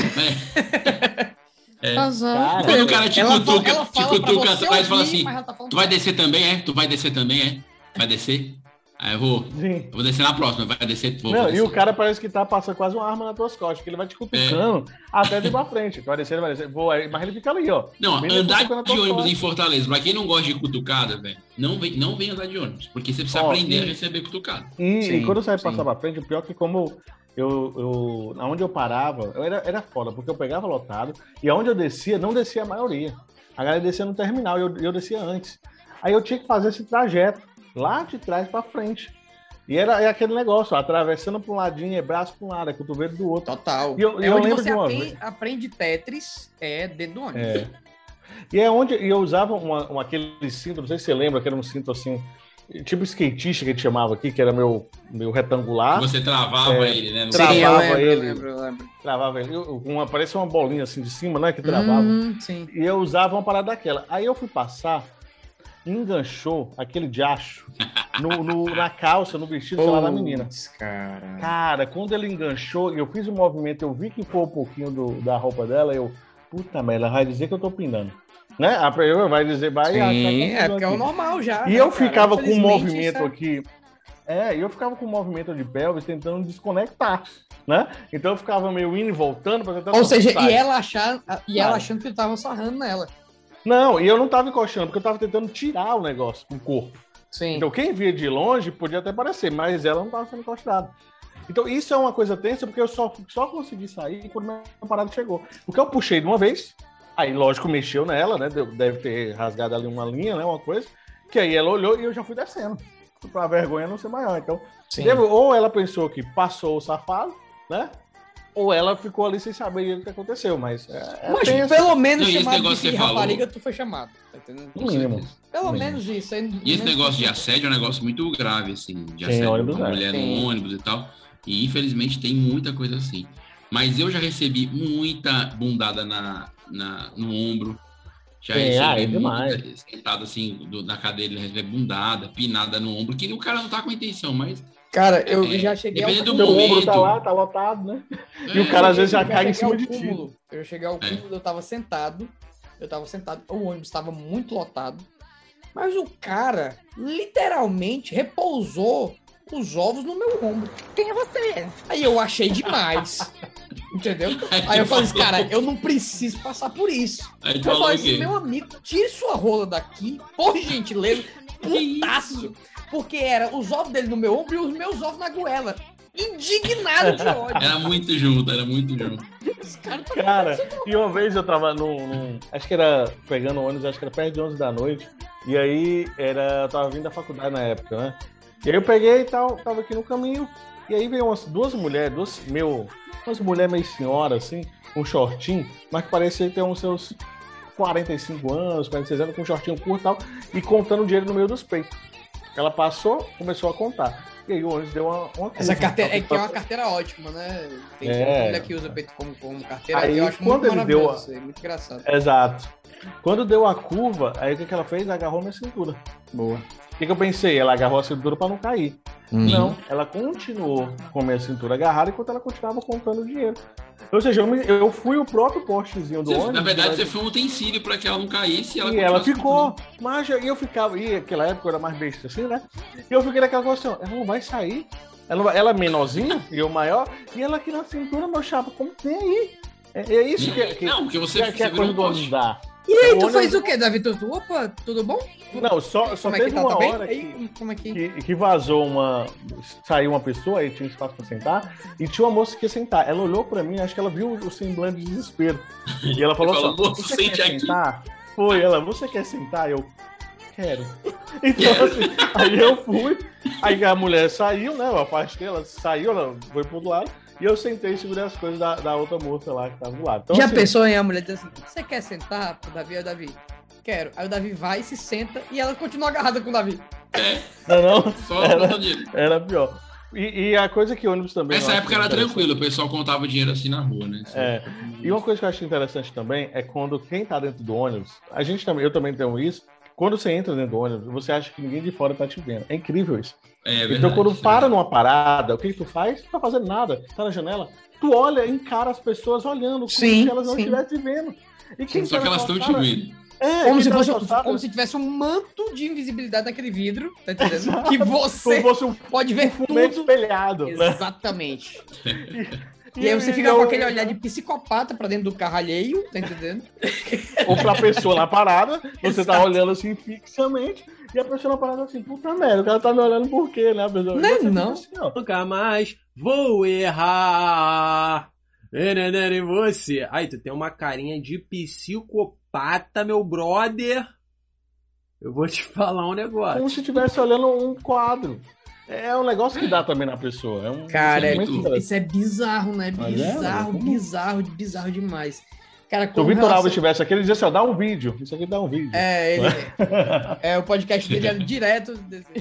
Quando o cara te cutuca atrás e fala assim, tu vai descer também, Tu vai descer também, Vai descer? Aí eu vou descer na próxima, vai descer. Vou não, descer. E o cara parece que passa quase uma arma nas tuas costas, porque ele vai te cutucando até ir pra frente. Vai descer, mas ele fica ali, ó. Não, andar de ônibus em Fortaleza, pra quem não gosta de cutucada, velho, não vem andar de ônibus, porque você precisa aprender a receber cutucada. E quando você vai passar pra frente, o pior é que como onde eu parava, era foda, porque eu pegava lotado, e aonde eu descia, não descia a maioria. A galera descia no terminal, e eu descia antes. Aí eu tinha que fazer esse trajeto, lá de trás pra frente. E era aquele negócio, atravessando pra um ladinho, é braço pra um lado, é cotovelo do outro. Total. E eu onde lembro você aprende Tetris, dentro do ônibus. E é onde eu usava aquele cinto, não sei se você lembra, que era um cinto assim, tipo skatista que a gente chamava aqui, que era meu retangular. Você travava ele, né? Eu lembro. Travava ele. Parecia uma bolinha assim de cima, né? Que travava. Sim. E eu usava uma parada daquela. Aí eu fui passar, enganchou aquele diacho na calça, no vestido, sei lá, da menina. Cara, quando ele enganchou, eu fiz um movimento, eu vi que foi um pouquinho da roupa dela, puta merda, ela vai dizer que eu tô pindando. Né? Vai dizer, Sim, porque é o normal já. E eu ficava com um movimento aqui, E eu ficava com o movimento de pelvis tentando desconectar, né? Então eu ficava meio indo e voltando para tentar... Ou seja, e ela achando que eu tava sarrando nela. Não, e eu não tava encoxando, porque eu tava tentando tirar o negócio do corpo. Sim. Então quem via de longe podia até parecer, mas ela não tava sendo encostada. Então isso é uma coisa tensa, porque eu só consegui sair quando minha parada chegou. Porque eu puxei de uma vez, aí lógico mexeu nela, né? Deve ter rasgado ali uma linha, né? Uma coisa, que aí ela olhou e eu já fui descendo. Pra vergonha não ser maior. Então, ou ela pensou que passou o safado, né? Ou ela ficou ali sem saber o que aconteceu, mas... Mas pelo menos chamado de rapariga, tu foi chamado. Tá entendendo? No mínimo. Pelo menos isso. E esse negócio de assédio é um negócio muito grave, assim. De assédio com mulher no ônibus e tal. E infelizmente tem muita coisa assim. Mas eu já recebi muita bundada no ombro. Já recebi muita, sentado assim na cadeira, ele recebe bundada, pinada no ombro, que o cara não tá com intenção, mas... Cara, eu já cheguei ao cúmulo. O ombro tá lá, tá lotado, né? E o cara às vezes já cai em cima de ti. Eu cheguei ao cúmulo, eu tava sentado, o ônibus estava muito lotado, mas o cara literalmente repousou os ovos no meu ombro. Quem é você? Aí eu achei demais. Entendeu? Aí eu falei assim, cara, eu não preciso passar por isso. Aí eu falei assim, meu amigo, tire sua rola daqui, por gentileza, putaço. Porque era os ovos dele no meu ombro e os meus ovos na goela. Indignado de ódio. Era muito junto. Cara, e uma vez eu tava acho que era pegando ônibus, acho que era perto de 11 da noite. E aí eu tava vindo da faculdade na época, né? E aí eu peguei e tal, tava aqui no caminho. E aí veio duas mulheres meio senhora, assim, com um shortinho, mas que parecia ter uns seus 45 anos, 46 anos, com um shortinho curto e tal, e contando dinheiro no meio dos peitos. Ela passou, começou a contar. E aí o ônibus deu uma Essa carteira é uma carteira ótima, né? Tem mulher que usa peito como carteira. Aí, eu acho quando muito ele deu isso aí, muito engraçado. Exato. Quando deu a curva, aí o que ela fez? Agarrou minha cintura. Boa. O que eu pensei? Ela agarrou a cintura para não cair. Não, ela continuou com a minha cintura agarrada enquanto ela continuava contando o dinheiro. Ou seja, eu fui o próprio postezinho do ônibus. Na verdade, você foi um utensílio para que ela não caísse. E ela ficou. Mas e eu ficava. E naquela época eu era mais besta assim, né? E eu fiquei naquela questão. Ela não vai sair. Ela é menorzinha e eu maior. E ela aqui na cintura, meu chapa, como tem aí? É isso que não, porque você que é a coisa do ônibus dá. E aí, tu fez o quê, Davi? Opa, tudo bom? Não, só teve uma hora que vazou saiu uma pessoa, aí tinha um espaço pra sentar, e tinha uma moça que ia sentar. Ela olhou pra mim, acho que ela viu o semblante de desespero. E ela falou assim, você quer sentar? Foi, você quer sentar? Eu quero. Então, assim, aí eu fui, aí a mulher saiu, né, eu afastei, ela saiu, ela foi pro outro lado, e eu sentei e segurei as coisas da outra moça lá que tava do lado. Então, já assim, pensou em a mulher dizer assim, você quer sentar pro Davi? Aí o Davi, quero. Aí o Davi vai, se senta e ela continua agarrada com o Davi. Não? Só era pior. E a coisa que ônibus também... Nessa época era tranquilo, o pessoal contava dinheiro assim na rua, né? E uma coisa que eu acho interessante também é quando quem tá dentro do ônibus, eu também tenho isso, quando você entra dentro do ônibus, você acha que ninguém de fora tá te vendo. É incrível isso. Verdade, então, quando para numa parada, o que tu faz? Tu tá fazendo nada. Tá na janela, tu olha, encara as pessoas olhando, como se elas não estivessem vendo. E quem só que elas estão te vendo. Como se tivesse um manto de invisibilidade naquele vidro, tá entendendo? Exato. Que você pode ver tudo espelhado. Exatamente. E aí você fica com aquele olhar de psicopata pra dentro do carro alheio, tá entendendo? Ou pra pessoa na parada, você tá olhando assim fixamente, e a pessoa na parada assim, puta merda, o cara tá me olhando por quê, né? A pessoa, não. Assim, nunca mais vou errar. E você? Aí, tu tem uma carinha de psicopata, meu brother. Eu vou te falar um negócio. Como se estivesse olhando um quadro. É um negócio que dá também na pessoa. Cara, isso é bizarro, né? Bizarro demais. Cara, se o Vitor Alves estivesse aqui, ele dizia assim, dá um vídeo. Isso aqui dá um vídeo. O podcast dele é direto.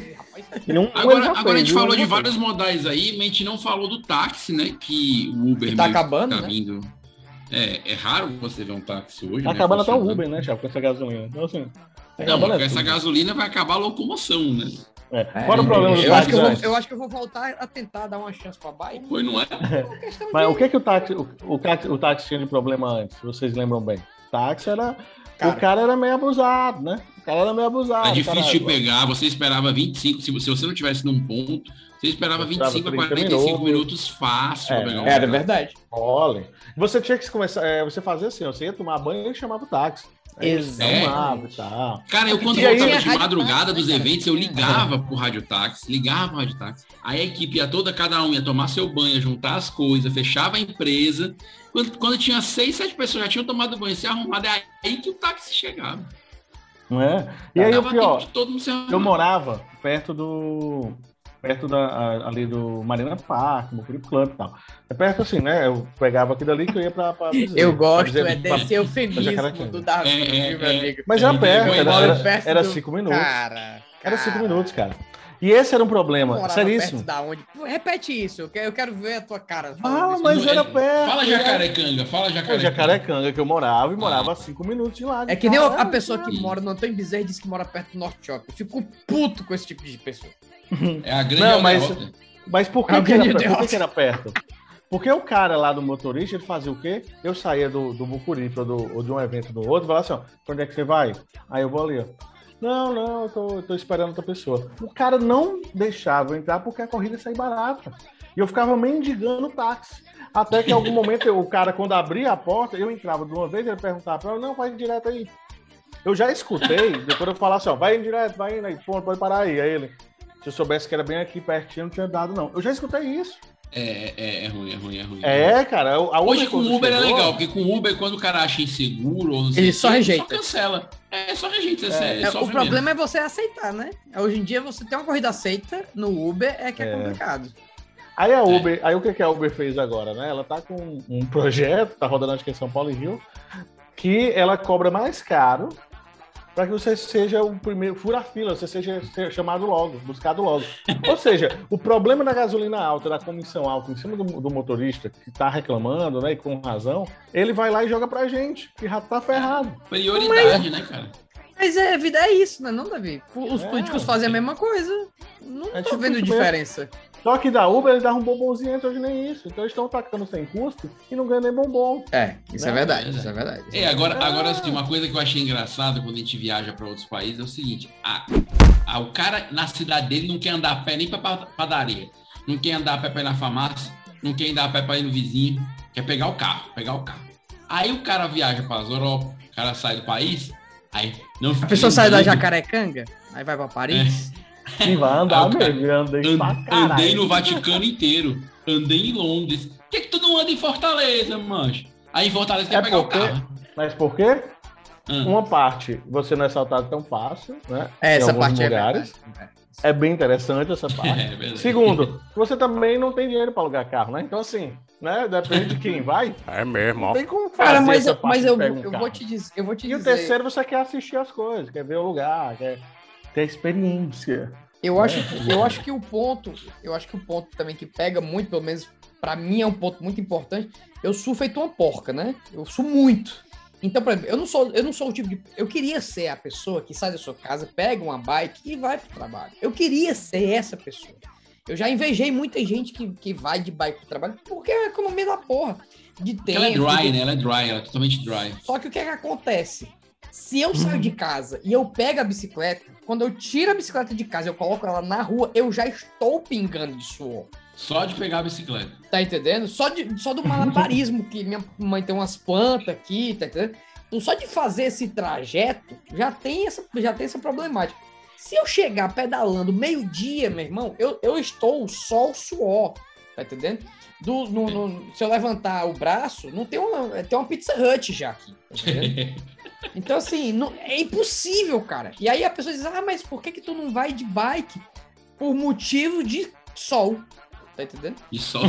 Agora a gente falou de vários modais aí, mas a gente não falou do táxi, né? Que o Uber tá acabando, tá né? vindo. É raro você ver um táxi hoje. Tá acabando até o Uber, né, Thiago? Com essa gasolina. Então, assim, com essa gasolina vai acabar a locomoção, né? Qual o problema do táxi? Eu acho que eu vou voltar a tentar dar uma chance pra bike. Foi, não é? Mas o que o táxi tinha de problema antes? Vocês lembram bem? Táxi era... O cara era meio abusado, né? O cara era meio abusado. É difícil de pegar, você esperava 25, se você não tivesse num ponto, você esperava 25 a 45 minutos fácil. Era verdade. Olha, você tinha que começar, você fazia assim, você ia tomar banho e chamava o táxi. Exato. E tal. Cara, eu quando voltava de madrugada dos eventos, eu ligava pro radiotáxi. Aí a equipe ia toda, cada um ia tomar seu banho, juntar as coisas, fechava a empresa. Quando tinha 6, 7 pessoas já tinham tomado banho, se arrumado, é aí que o táxi chegava. Não é? E aí o pior, eu morava perto ali do Marina Park, no Club e tal. É perto assim, né? Eu pegava aquilo ali que eu ia pra dizer, eu gosto desse eufemismo do Davi, meu amigo. Mas era perto, era 5 minutos. Cara. Era 5 minutos, cara. E esse era um problema, seríssimo. Da onde? Repete isso, eu quero ver a tua cara. Mas era perto. Fala Jacarecanga. Jacarecanga que eu morava, e morava a 5 minutos de lá. É que nem a pessoa que mora no Antônio Bezerra diz que mora perto do Norte Shopping. Eu fico puto com esse tipo de pessoa. É a grande mas por que era perto? Porque o cara lá do motorista, ele fazia o quê? Eu saía do Mucuripe ou de um evento do outro, falava assim, ó, pra onde é que você vai? Aí eu vou ali, ó. Não, eu tô esperando outra pessoa. O cara não deixava eu entrar porque a corrida saía barata. E eu ficava mendigando o táxi. Até que em algum momento, o cara, quando abria a porta, eu entrava de uma vez, ele perguntava pra mim, não, vai direto aí. Eu já escutei, depois eu falava assim, ó, vai direto, vai indo aí, pode parar aí. Aí ele, se eu soubesse que era bem aqui pertinho, não tinha dado, não. Eu já escutei isso. É ruim. Cara. Hoje com o Uber é legal, porque com o Uber, quando o cara acha inseguro, ou não sei, ele só rejeita. Só cancela. Só rejeita. O problema é você aceitar, né? Hoje em dia, você tem uma corrida aceita no Uber, que é complicado. Aí a Uber, aí o que a Uber fez agora, né? Ela tá com um projeto, tá rodando acho que em São Paulo e Rio, que ela cobra mais caro para que você seja o primeiro, fura a fila, você seja chamado logo, buscado logo. Ou seja, o problema da gasolina alta, da comissão alta em cima do motorista que tá reclamando, né, e com razão, ele vai lá e joga pra gente, que já tá ferrado. Prioridade, né, cara? Mas a vida é isso, né, não, Davi? Os políticos fazem a mesma coisa. Não tô vendo diferença. Só que da Uber, eles davam um bombonzinho antes, hoje nem isso. Então eles estão tacando sem custo e não ganham nem bombom. Isso é verdade, isso é verdade. Agora assim, uma coisa que eu achei engraçada quando a gente viaja para outros países é o seguinte, o cara na cidade dele não quer andar a pé nem pra padaria, não quer andar a pé pra ir na farmácia, não quer andar a pé pra ir no vizinho, quer pegar o carro. Aí o cara viaja para as Europa, o cara sai do país, aí... Não, a pessoa sai da Jacarecanga, aí vai pra Paris... E vai andar mesmo, andei no Vaticano inteiro, andei em Londres. Por que tu não anda em Fortaleza, mancho? Aí em Fortaleza quer pegar o carro. Mas por quê? Uma parte, você não é assaltado tão fácil, né? Essa parte lugares. É bem interessante essa parte. Segundo, você também não tem dinheiro para alugar carro, né? Então assim, né? Depende de quem vai. É mesmo, ó. Não tem como fazer mas eu vou te dizer. E o terceiro, você quer assistir as coisas, quer ver o lugar, quer ter experiência. Eu acho que o ponto também que pega muito, pelo menos pra mim é um ponto muito importante. Eu sou feito uma porca, né? Eu sou muito. Então, por exemplo, eu não sou o tipo de... Eu queria ser a pessoa que sai da sua casa, pega uma bike e vai pro trabalho. Eu queria ser essa pessoa. Eu já invejei muita gente que vai de bike pro trabalho, porque é a economia da porra. De tempo. Ela é dry, né? Ela é totalmente dry. Só que o que acontece? Se eu saio de casa e eu pego a bicicleta, quando eu tiro a bicicleta de casa e eu coloco ela na rua, eu já estou pingando de suor. Só de pegar a bicicleta. Tá entendendo? Só do malabarismo, que minha mãe tem umas plantas aqui, tá entendendo? Então, só de fazer esse trajeto, já tem essa problemática. Se eu chegar pedalando meio-dia, meu irmão, eu estou só o suor, tá entendendo? Se eu levantar o braço, não tem uma Pizza Hut já aqui, tá entendendo? Então, assim, é impossível, cara. E aí a pessoa diz, mas por que tu não vai de bike? Por motivo de sol. Tá entendendo? De sol?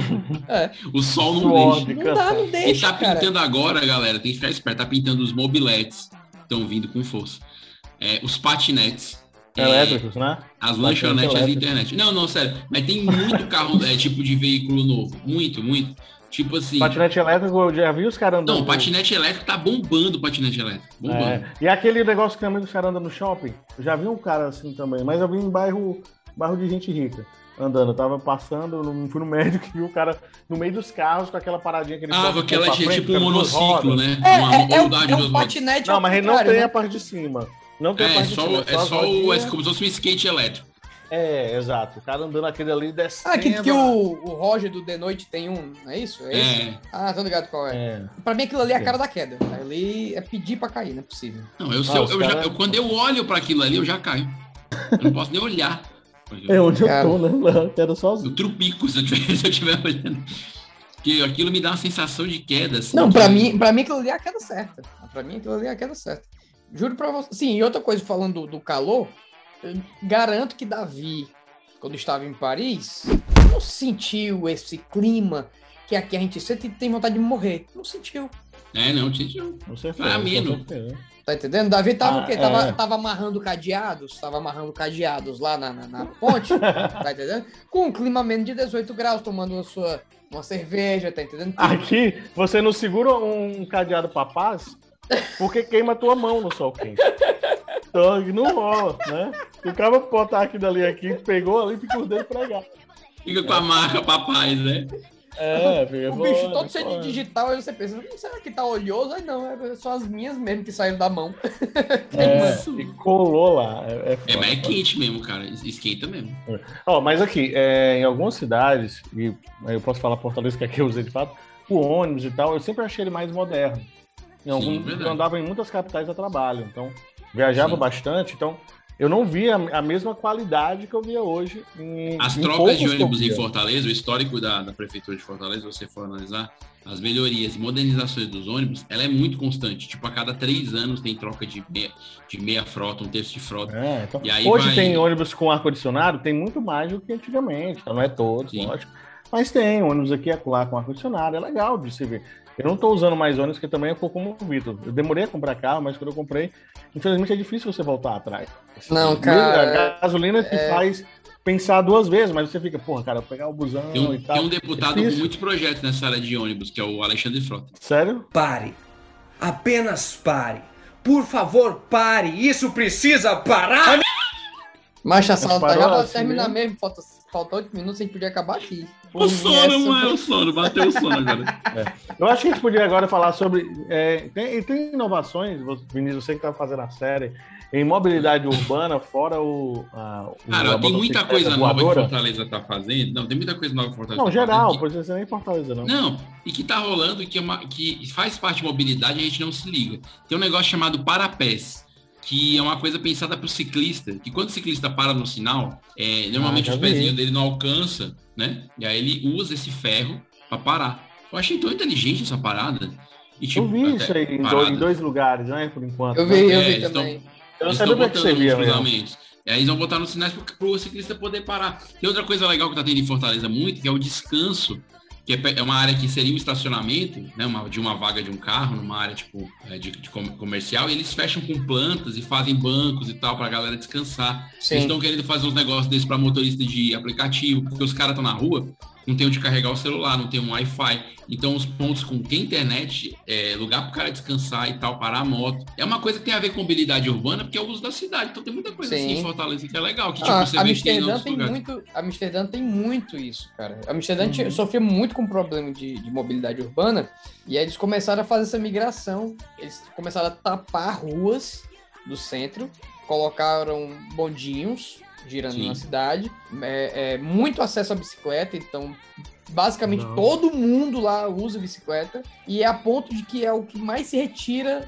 O sol não deixa. Não deixa, ele tá pintando agora, galera, tem que ficar esperto. Tá pintando os mobiletes. Estão vindo com força. Os patinetes. Elétricos, né? As lanchonetes da internet. Não, sério. Mas tem muito carro, tipo de veículo novo. Muito. Tipo assim... Patinete elétrico, eu já vi os caras andando... Não, patinete elétrico tá bombando, patinete elétrico. Bombando. E aquele negócio que também os caras andam no shopping, eu já vi um cara assim também, mas eu vi em bairro de gente rica. andando. Eu tava passando, fui no médico e vi o cara no meio dos carros com aquela paradinha que ele porque ela tinha tipo um monociclo, né? É um patinete. Não, mas ele não tem a parte de cima. Não tem a parte de cima. É como se fosse um skate elétrico. Exato. O cara andando aquele ali descendo. Que o Roger do The Noite tem um, não é isso? É esse? Tô ligado qual é. Pra mim aquilo ali é a cara da queda. Ali é pedir pra cair, não é possível. Não, quando eu olho pra aquilo ali, eu já caio. Eu não posso nem olhar. Onde eu tô, né? Eu quero sozinho. Eu trupico se eu estiver olhando. Porque aquilo me dá uma sensação de queda. Assim, não, pra mim aquilo ali é a queda certa. Pra mim aquilo ali é a queda certa. Juro pra você. Sim, e outra coisa, falando do calor, eu garanto que Davi, quando estava em Paris, não sentiu esse clima que aqui a gente sente e tem vontade de morrer. Não sentiu. Não sentiu. Foi ameno. Tá entendendo? Davi tava o quê? Tava amarrando cadeados. Tava amarrando cadeados lá na ponte. Tá entendendo? Com um clima menos de 18 graus, tomando uma cerveja, tá entendendo? Aqui, você não segura um cadeado pra paz, porque queima a tua mão no sol quente. Então, não rola, né? O cara botar aqui dali aqui, pegou ali, fica os dedos pregados. Fica com a marca papai, né? O bicho todo cheio de digital, aí você pensa, será que tá oleoso? Aí não, são as minhas mesmo que saíram da mão. E colou lá. Mas é quente mesmo, cara. Esquenta mesmo. Mas aqui, em algumas cidades, e eu posso falar Fortaleza, que aqui eu usei de fato, o ônibus e tal, eu sempre achei ele mais moderno. Eu andava em muitas capitais a trabalho, então viajava bastante, então eu não via a mesma qualidade que eu via hoje. As trocas de ônibus em Fortaleza, o histórico da Prefeitura de Fortaleza, se você for analisar, as melhorias e modernizações dos ônibus, ela é muito constante. Tipo, a cada 3 anos tem troca de meia frota, um terço de frota. Então, e aí hoje tem ônibus com ar-condicionado, tem muito mais do que antigamente. Então, não é todos, lógico. Mas tem ônibus aqui e acolá com ar-condicionado, é legal de se ver. Eu não estou usando mais ônibus, porque também eu estou como o Vitor. Eu demorei a comprar carro, mas quando eu comprei, infelizmente é difícil você voltar atrás. Não, cara... A gasolina te faz pensar 2 vezes, mas você fica, cara, eu vou pegar o busão e tal. Tem um deputado com muitos projetos nessa área de ônibus, que é o Alexandre Frota. Sério? Pare. Apenas pare. Por favor, pare. Isso precisa parar! Mas a sala já vai terminar mesmo. Falta 8 minutos, a gente podia acabar aqui. O sono, bateu o sono agora. Eu acho que a gente podia agora falar sobre... Tem inovações, Vinícius, você que está fazendo a série, em mobilidade urbana, fora Cara, tem muita coisa nova que Fortaleza está fazendo. Não, tem muita coisa nova que Fortaleza está fazendo. Não, geral, pode ser nem Fortaleza, não. Não, e que está rolando, que faz parte de mobilidade e a gente não se liga. Tem um negócio chamado Parapés, que é uma coisa pensada para o ciclista, que quando o ciclista para no sinal, normalmente os pezinhos dele não alcançam, né? E aí ele usa esse ferro para parar. Eu achei tão inteligente essa parada. E, tipo, eu vi isso aí em 2 lugares, né, por enquanto. Eu vi também. Eu não sabia o que você via mesmo. E aí eles vão botar nos sinais para o ciclista poder parar. Tem outra coisa legal que tá tendo em Fortaleza muito, que é o descanso, que é uma área que seria um estacionamento, né, de uma vaga de um carro, numa área tipo de comercial, e eles fecham com plantas e fazem bancos e tal, pra galera descansar. Sim. Eles estão querendo fazer uns negócios desses pra motorista de aplicativo, porque os caras estão na rua, não tem onde carregar o celular, não tem um Wi-Fi. Então, os pontos com tem internet, lugar pro cara descansar e tal, parar a moto. É uma coisa que tem a ver com mobilidade urbana, porque é o uso da cidade. Então, tem muita coisa assim em Fortaleza que é legal. Que, tipo, você vê que tem Amsterdã tem muito isso, cara. Amsterdã sofreu muito com problema de mobilidade urbana, e aí eles começaram a fazer essa migração. Eles começaram a tapar ruas do centro, colocaram bondinhos girando na cidade, muito acesso à bicicleta, então basicamente todo mundo lá usa bicicleta, e é a ponto de que é o que mais se retira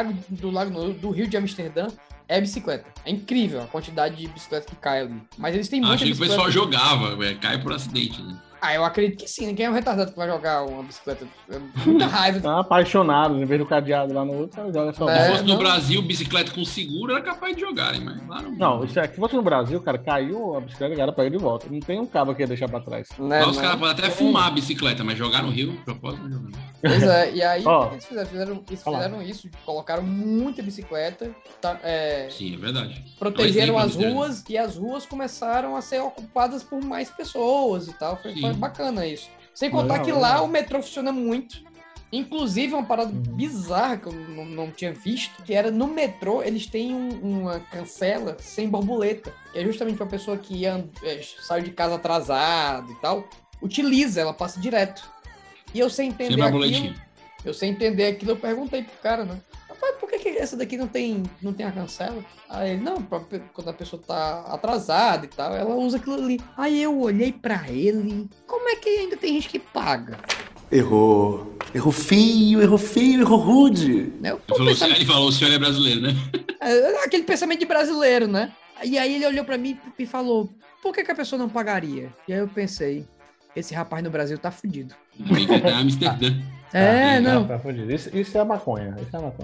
do Rio de Amsterdã, é bicicleta. É incrível a quantidade de bicicleta que cai ali. Mas eles têm muita bicicleta. Achei que o pessoal jogava, cai por acidente, né? Eu acredito que sim. Quem é um retardado que vai jogar uma bicicleta? Muita raiva. Tá apaixonado, em vez do cadeado lá no outro, cara joga só. Se fosse no Brasil, bicicleta com seguro era capaz de jogar, mas lá não. Não, se fosse no Brasil, cara, caiu a bicicleta, o cara pega de volta. Não tem um cabo que ia deixar pra trás. Lá os caras podem até fumar a bicicleta, mas jogar no Rio, propósito, não jogar. Pois é, e aí eles fizeram isso, colocaram muita bicicleta. Sim, é verdade. Protegeram as ruas, e as ruas começaram a ser ocupadas por mais pessoas e tal. Foi bacana isso. Sem contar que lá o metrô funciona muito. Inclusive, uma parada bizarra que eu não tinha visto, que era no metrô, eles têm uma cancela sem borboleta, que é justamente pra pessoa que sai de casa atrasado e tal, utiliza, ela passa direto. E eu sem entender aquilo, eu perguntei pro cara, né? Rapaz, por que essa daqui não tem a cancela? Aí ele, não, quando a pessoa tá atrasada e tal, ela usa aquilo ali. Aí eu olhei pra ele, como é que ainda tem gente que paga? Errou feio, errou rude. Ele falou, o senhor é brasileiro, né? Aquele pensamento de brasileiro, né? E aí ele olhou pra mim e falou, por que a pessoa não pagaria? E aí eu pensei, esse rapaz no Brasil tá fudido. Amsterdã. Não. Tá fudido. Isso é maconha,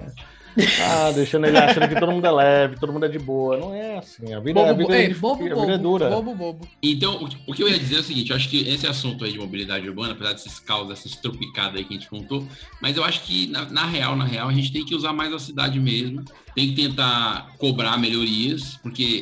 deixando ele achando que todo mundo é leve, todo mundo é de boa. Não é assim. A vida é dura. Bobo. Então, o que eu ia dizer é o seguinte, eu acho que esse assunto aí de mobilidade urbana, apesar desses caos, dessa estrupicadas aí que a gente contou, mas eu acho que, na real, a gente tem que usar mais a cidade mesmo, tem que tentar cobrar melhorias, porque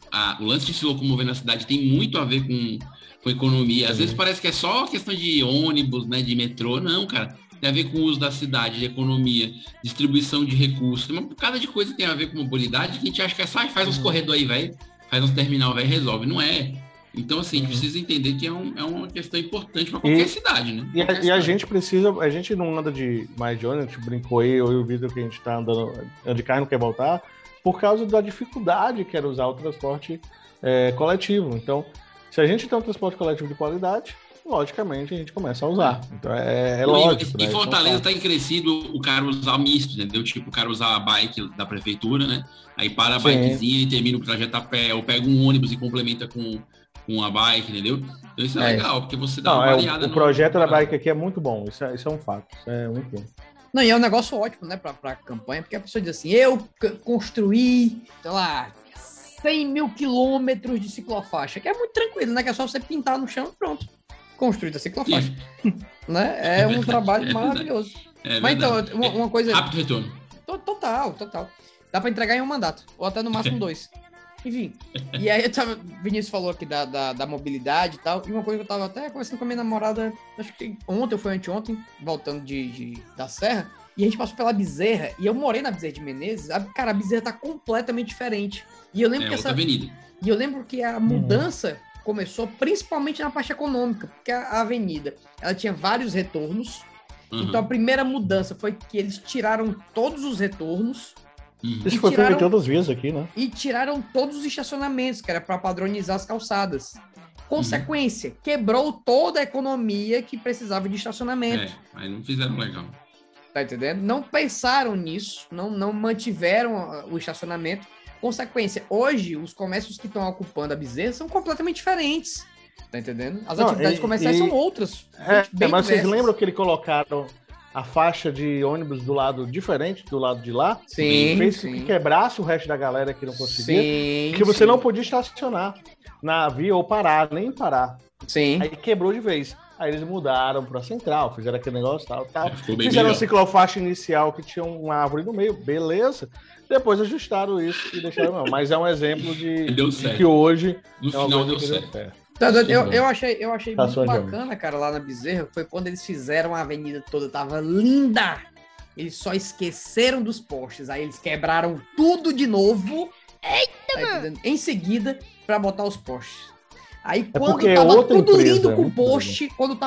o lance de se locomover na cidade tem muito a ver com economia. Às vezes parece que é só questão de ônibus, né, de metrô. Não, cara. Tem a ver com o uso da cidade, de economia, distribuição de recursos. Tem uma bocada de coisa que tem a ver com mobilidade que a gente acha que é só faz uns corredores aí, velho, faz uns terminal, velho, resolve. Não é. Então, assim, a gente precisa entender que é uma questão importante para qualquer cidade, né? E a gente precisa, a gente não anda mais de ônibus, a gente brincou aí, eu e o Vitor, que a gente tá andando de carro e não quer voltar, por causa da dificuldade que era usar o transporte coletivo. Então, se a gente tem um transporte coletivo de qualidade, logicamente a gente começa a usar. Então é lógico. Em Fortaleza está crescido o cara usar misto, entendeu? Tipo, o cara usar a bike da prefeitura, né? Aí para a bikezinha e termina o trajeto a pé, ou pega um ônibus e complementa com a bike, entendeu? Então isso é legal, porque você dá uma variada. O projeto da bike aqui é muito bom, isso é um fato, isso é muito bom. Não, e é um negócio ótimo, né, pra campanha, porque a pessoa diz assim, eu construí, sei lá, 100 mil quilômetros de ciclofaixa, que é muito tranquilo, né, que é só você pintar no chão e pronto. Construída a ciclofaixa. Né? É um trabalho maravilhoso. Mas então, uma coisa... Rápido retorno. Total. Dá pra entregar em um mandato, ou até no máximo 2. Enfim. E aí Vinícius falou aqui da mobilidade e tal, e uma coisa que eu tava até conversando com a minha namorada, acho que ontem ou foi anteontem, voltando da Serra, e a gente passou pela Bezerra, e eu morei na Bezerra de Menezes, cara, a Bezerra tá completamente diferente. E eu lembro que outra avenida. E eu lembro que a mudança começou principalmente na parte econômica, porque a avenida, ela tinha vários retornos. Então a primeira mudança foi que eles tiraram todos os retornos. Isso foi feito em todas as vias aqui, né? E tiraram todos os estacionamentos, que era para padronizar as calçadas. Consequência, quebrou toda a economia que precisava de estacionamento. Aí não fizeram legal. Tá entendendo? Não pensaram nisso, não mantiveram o estacionamento. Consequência, hoje os comércios que estão ocupando a Bezerra são completamente diferentes. Tá entendendo? As atividades comerciais são outras. Mas vocês lembram que eles colocaram a faixa de ônibus do lado diferente do lado de lá? Sim. Fez que quebrasse o resto da galera que não conseguia. Que você não podia estacionar na via ou nem parar. Sim. Aí quebrou de vez. Aí eles mudaram para a central, fizeram aquele negócio tal. Fizeram a ciclofaixa inicial que tinha uma árvore no meio, beleza. Depois ajustaram isso e deixaram não. Mas é um exemplo de que hoje no final deu certo. Eu achei muito bacana, cara, lá na Bezerra, foi quando eles fizeram a avenida toda, tava linda. Eles só esqueceram dos postes, aí eles quebraram tudo de novo. Eita, em seguida, para botar os postes. Aí quando tava tudo lindo com poste,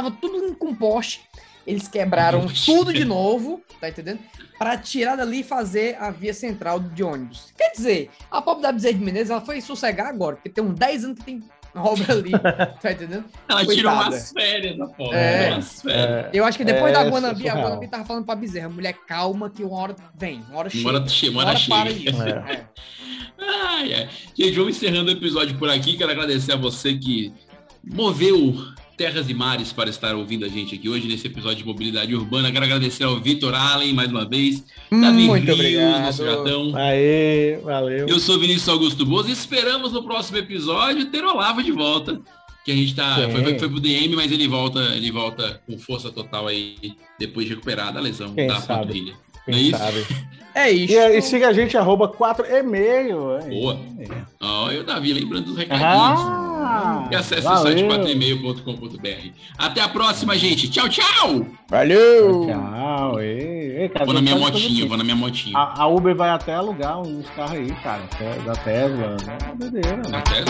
eles quebraram tudo de novo, tá entendendo? Para tirar dali e fazer a via central de ônibus. Quer dizer, a pobre da Bezerra de Menezes, ela foi sossegar agora, porque tem uns 10 anos que tem obra ali, tá entendendo? Ela tirou umas férias da pobre. Eu acho que depois da Guanambi, a Guanambi tava falando pra Bezerra, mulher, calma que uma hora vem, uma hora chega. Uma hora para isso. Gente, vamos encerrando o episódio por aqui. Quero agradecer a você que moveu terras e mares para estar ouvindo a gente aqui hoje nesse episódio de mobilidade urbana. Quero agradecer ao Vitor Allen mais uma vez. Muito obrigado. Nosso gatão. Aê, valeu. Eu sou Vinícius Augusto Bozo e esperamos no próximo episódio ter Olavo de volta. Que a gente tá. Foi pro DM, mas ele volta com força total aí, depois de recuperar da lesão da panturrilha. Quem sabe? É isso. E siga a gente, @4e-mail. Boa. Olha o Davi lembrando dos recadinhos. E acesse o site 4email.com.br. Até a próxima, gente. Tchau, tchau. Valeu. Tchau. Vou na minha motinha, A Uber vai até alugar uns carros aí, cara. Da Tesla. É uma doideira. Da Tesla?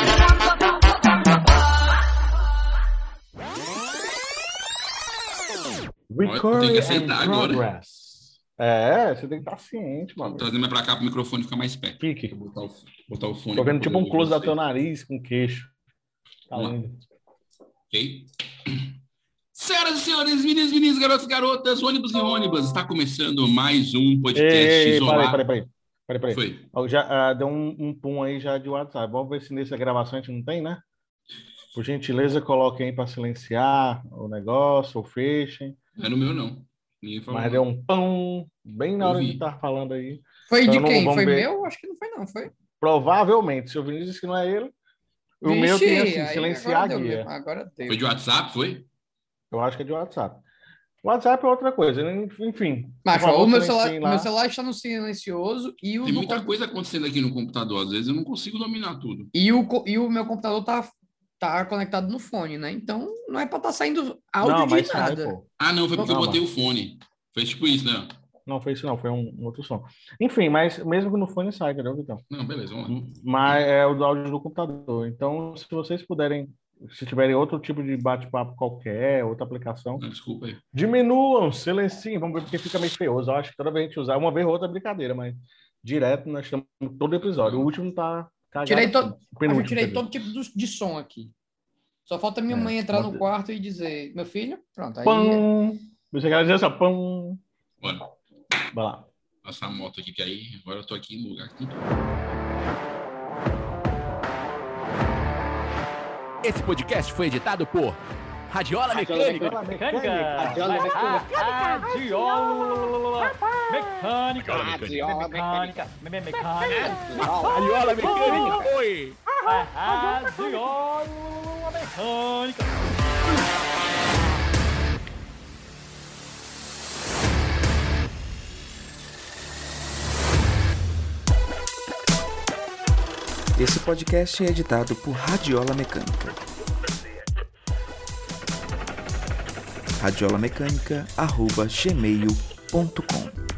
Recording in progress. Você tem que estar ciente, mano. Vou trazer mais pra cá pro microfone ficar mais perto. Fique. Botar o fone. Tô vendo tipo um close do teu nariz com queixo. Tá lindo. Ok. Senhoras e senhores, meninos, garotos e garotas, ônibus e ônibus, está começando mais um podcast isolado. Peraí. Foi. Já deu um pum aí já de WhatsApp. Vamos ver se nessa gravação a gente não tem, né? Por gentileza, coloquem aí para silenciar o negócio, ou fechem. Não é no meu, não. Mas deu um pão bem na hora de estar falando aí. Foi de quem? Foi meu? Acho que não foi, não. Foi? Provavelmente. Se o Vinícius disse que não é ele, o meu tem assim, silenciar a guia. Agora deu. Foi de WhatsApp, foi? Eu acho que é de WhatsApp. WhatsApp é outra coisa, enfim. Mas o meu celular está no silencioso e o... Tem muita coisa acontecendo aqui no computador. Às vezes eu não consigo dominar tudo. E o meu computador tá conectado no fone, né? Então não é para estar saindo áudio de nada. Não, foi porque eu botei o fone. Foi tipo isso, né? Não foi isso, não. Foi um outro som. Enfim, mas mesmo que no fone sai, entendeu, Vitão? Não, beleza, vamos lá. Mas é o áudio do computador. Então, se vocês puderem, se tiverem outro tipo de bate-papo qualquer, outra aplicação, desculpa aí. Diminuam, silenciem, vamos ver porque fica meio feioso. Eu acho que toda vez que a gente usar, uma vez ou outra é brincadeira, mas direto nós estamos todo episódio. O último tá cagado. Tirei todo tipo de som aqui. Só falta minha mãe entrar no quarto e dizer, meu filho, pronto. Aí pão. Você quer dizer só pão. Bora. Vai lá. Passar a moto aqui, que aí agora eu tô aqui no lugar aqui. Esse podcast foi editado por Radiola Mecânica. Radiola Mecânica. Oi. Radiola Mecânica. Esse podcast é editado por Radiola Mecânica. radiolamecânica@gmail.com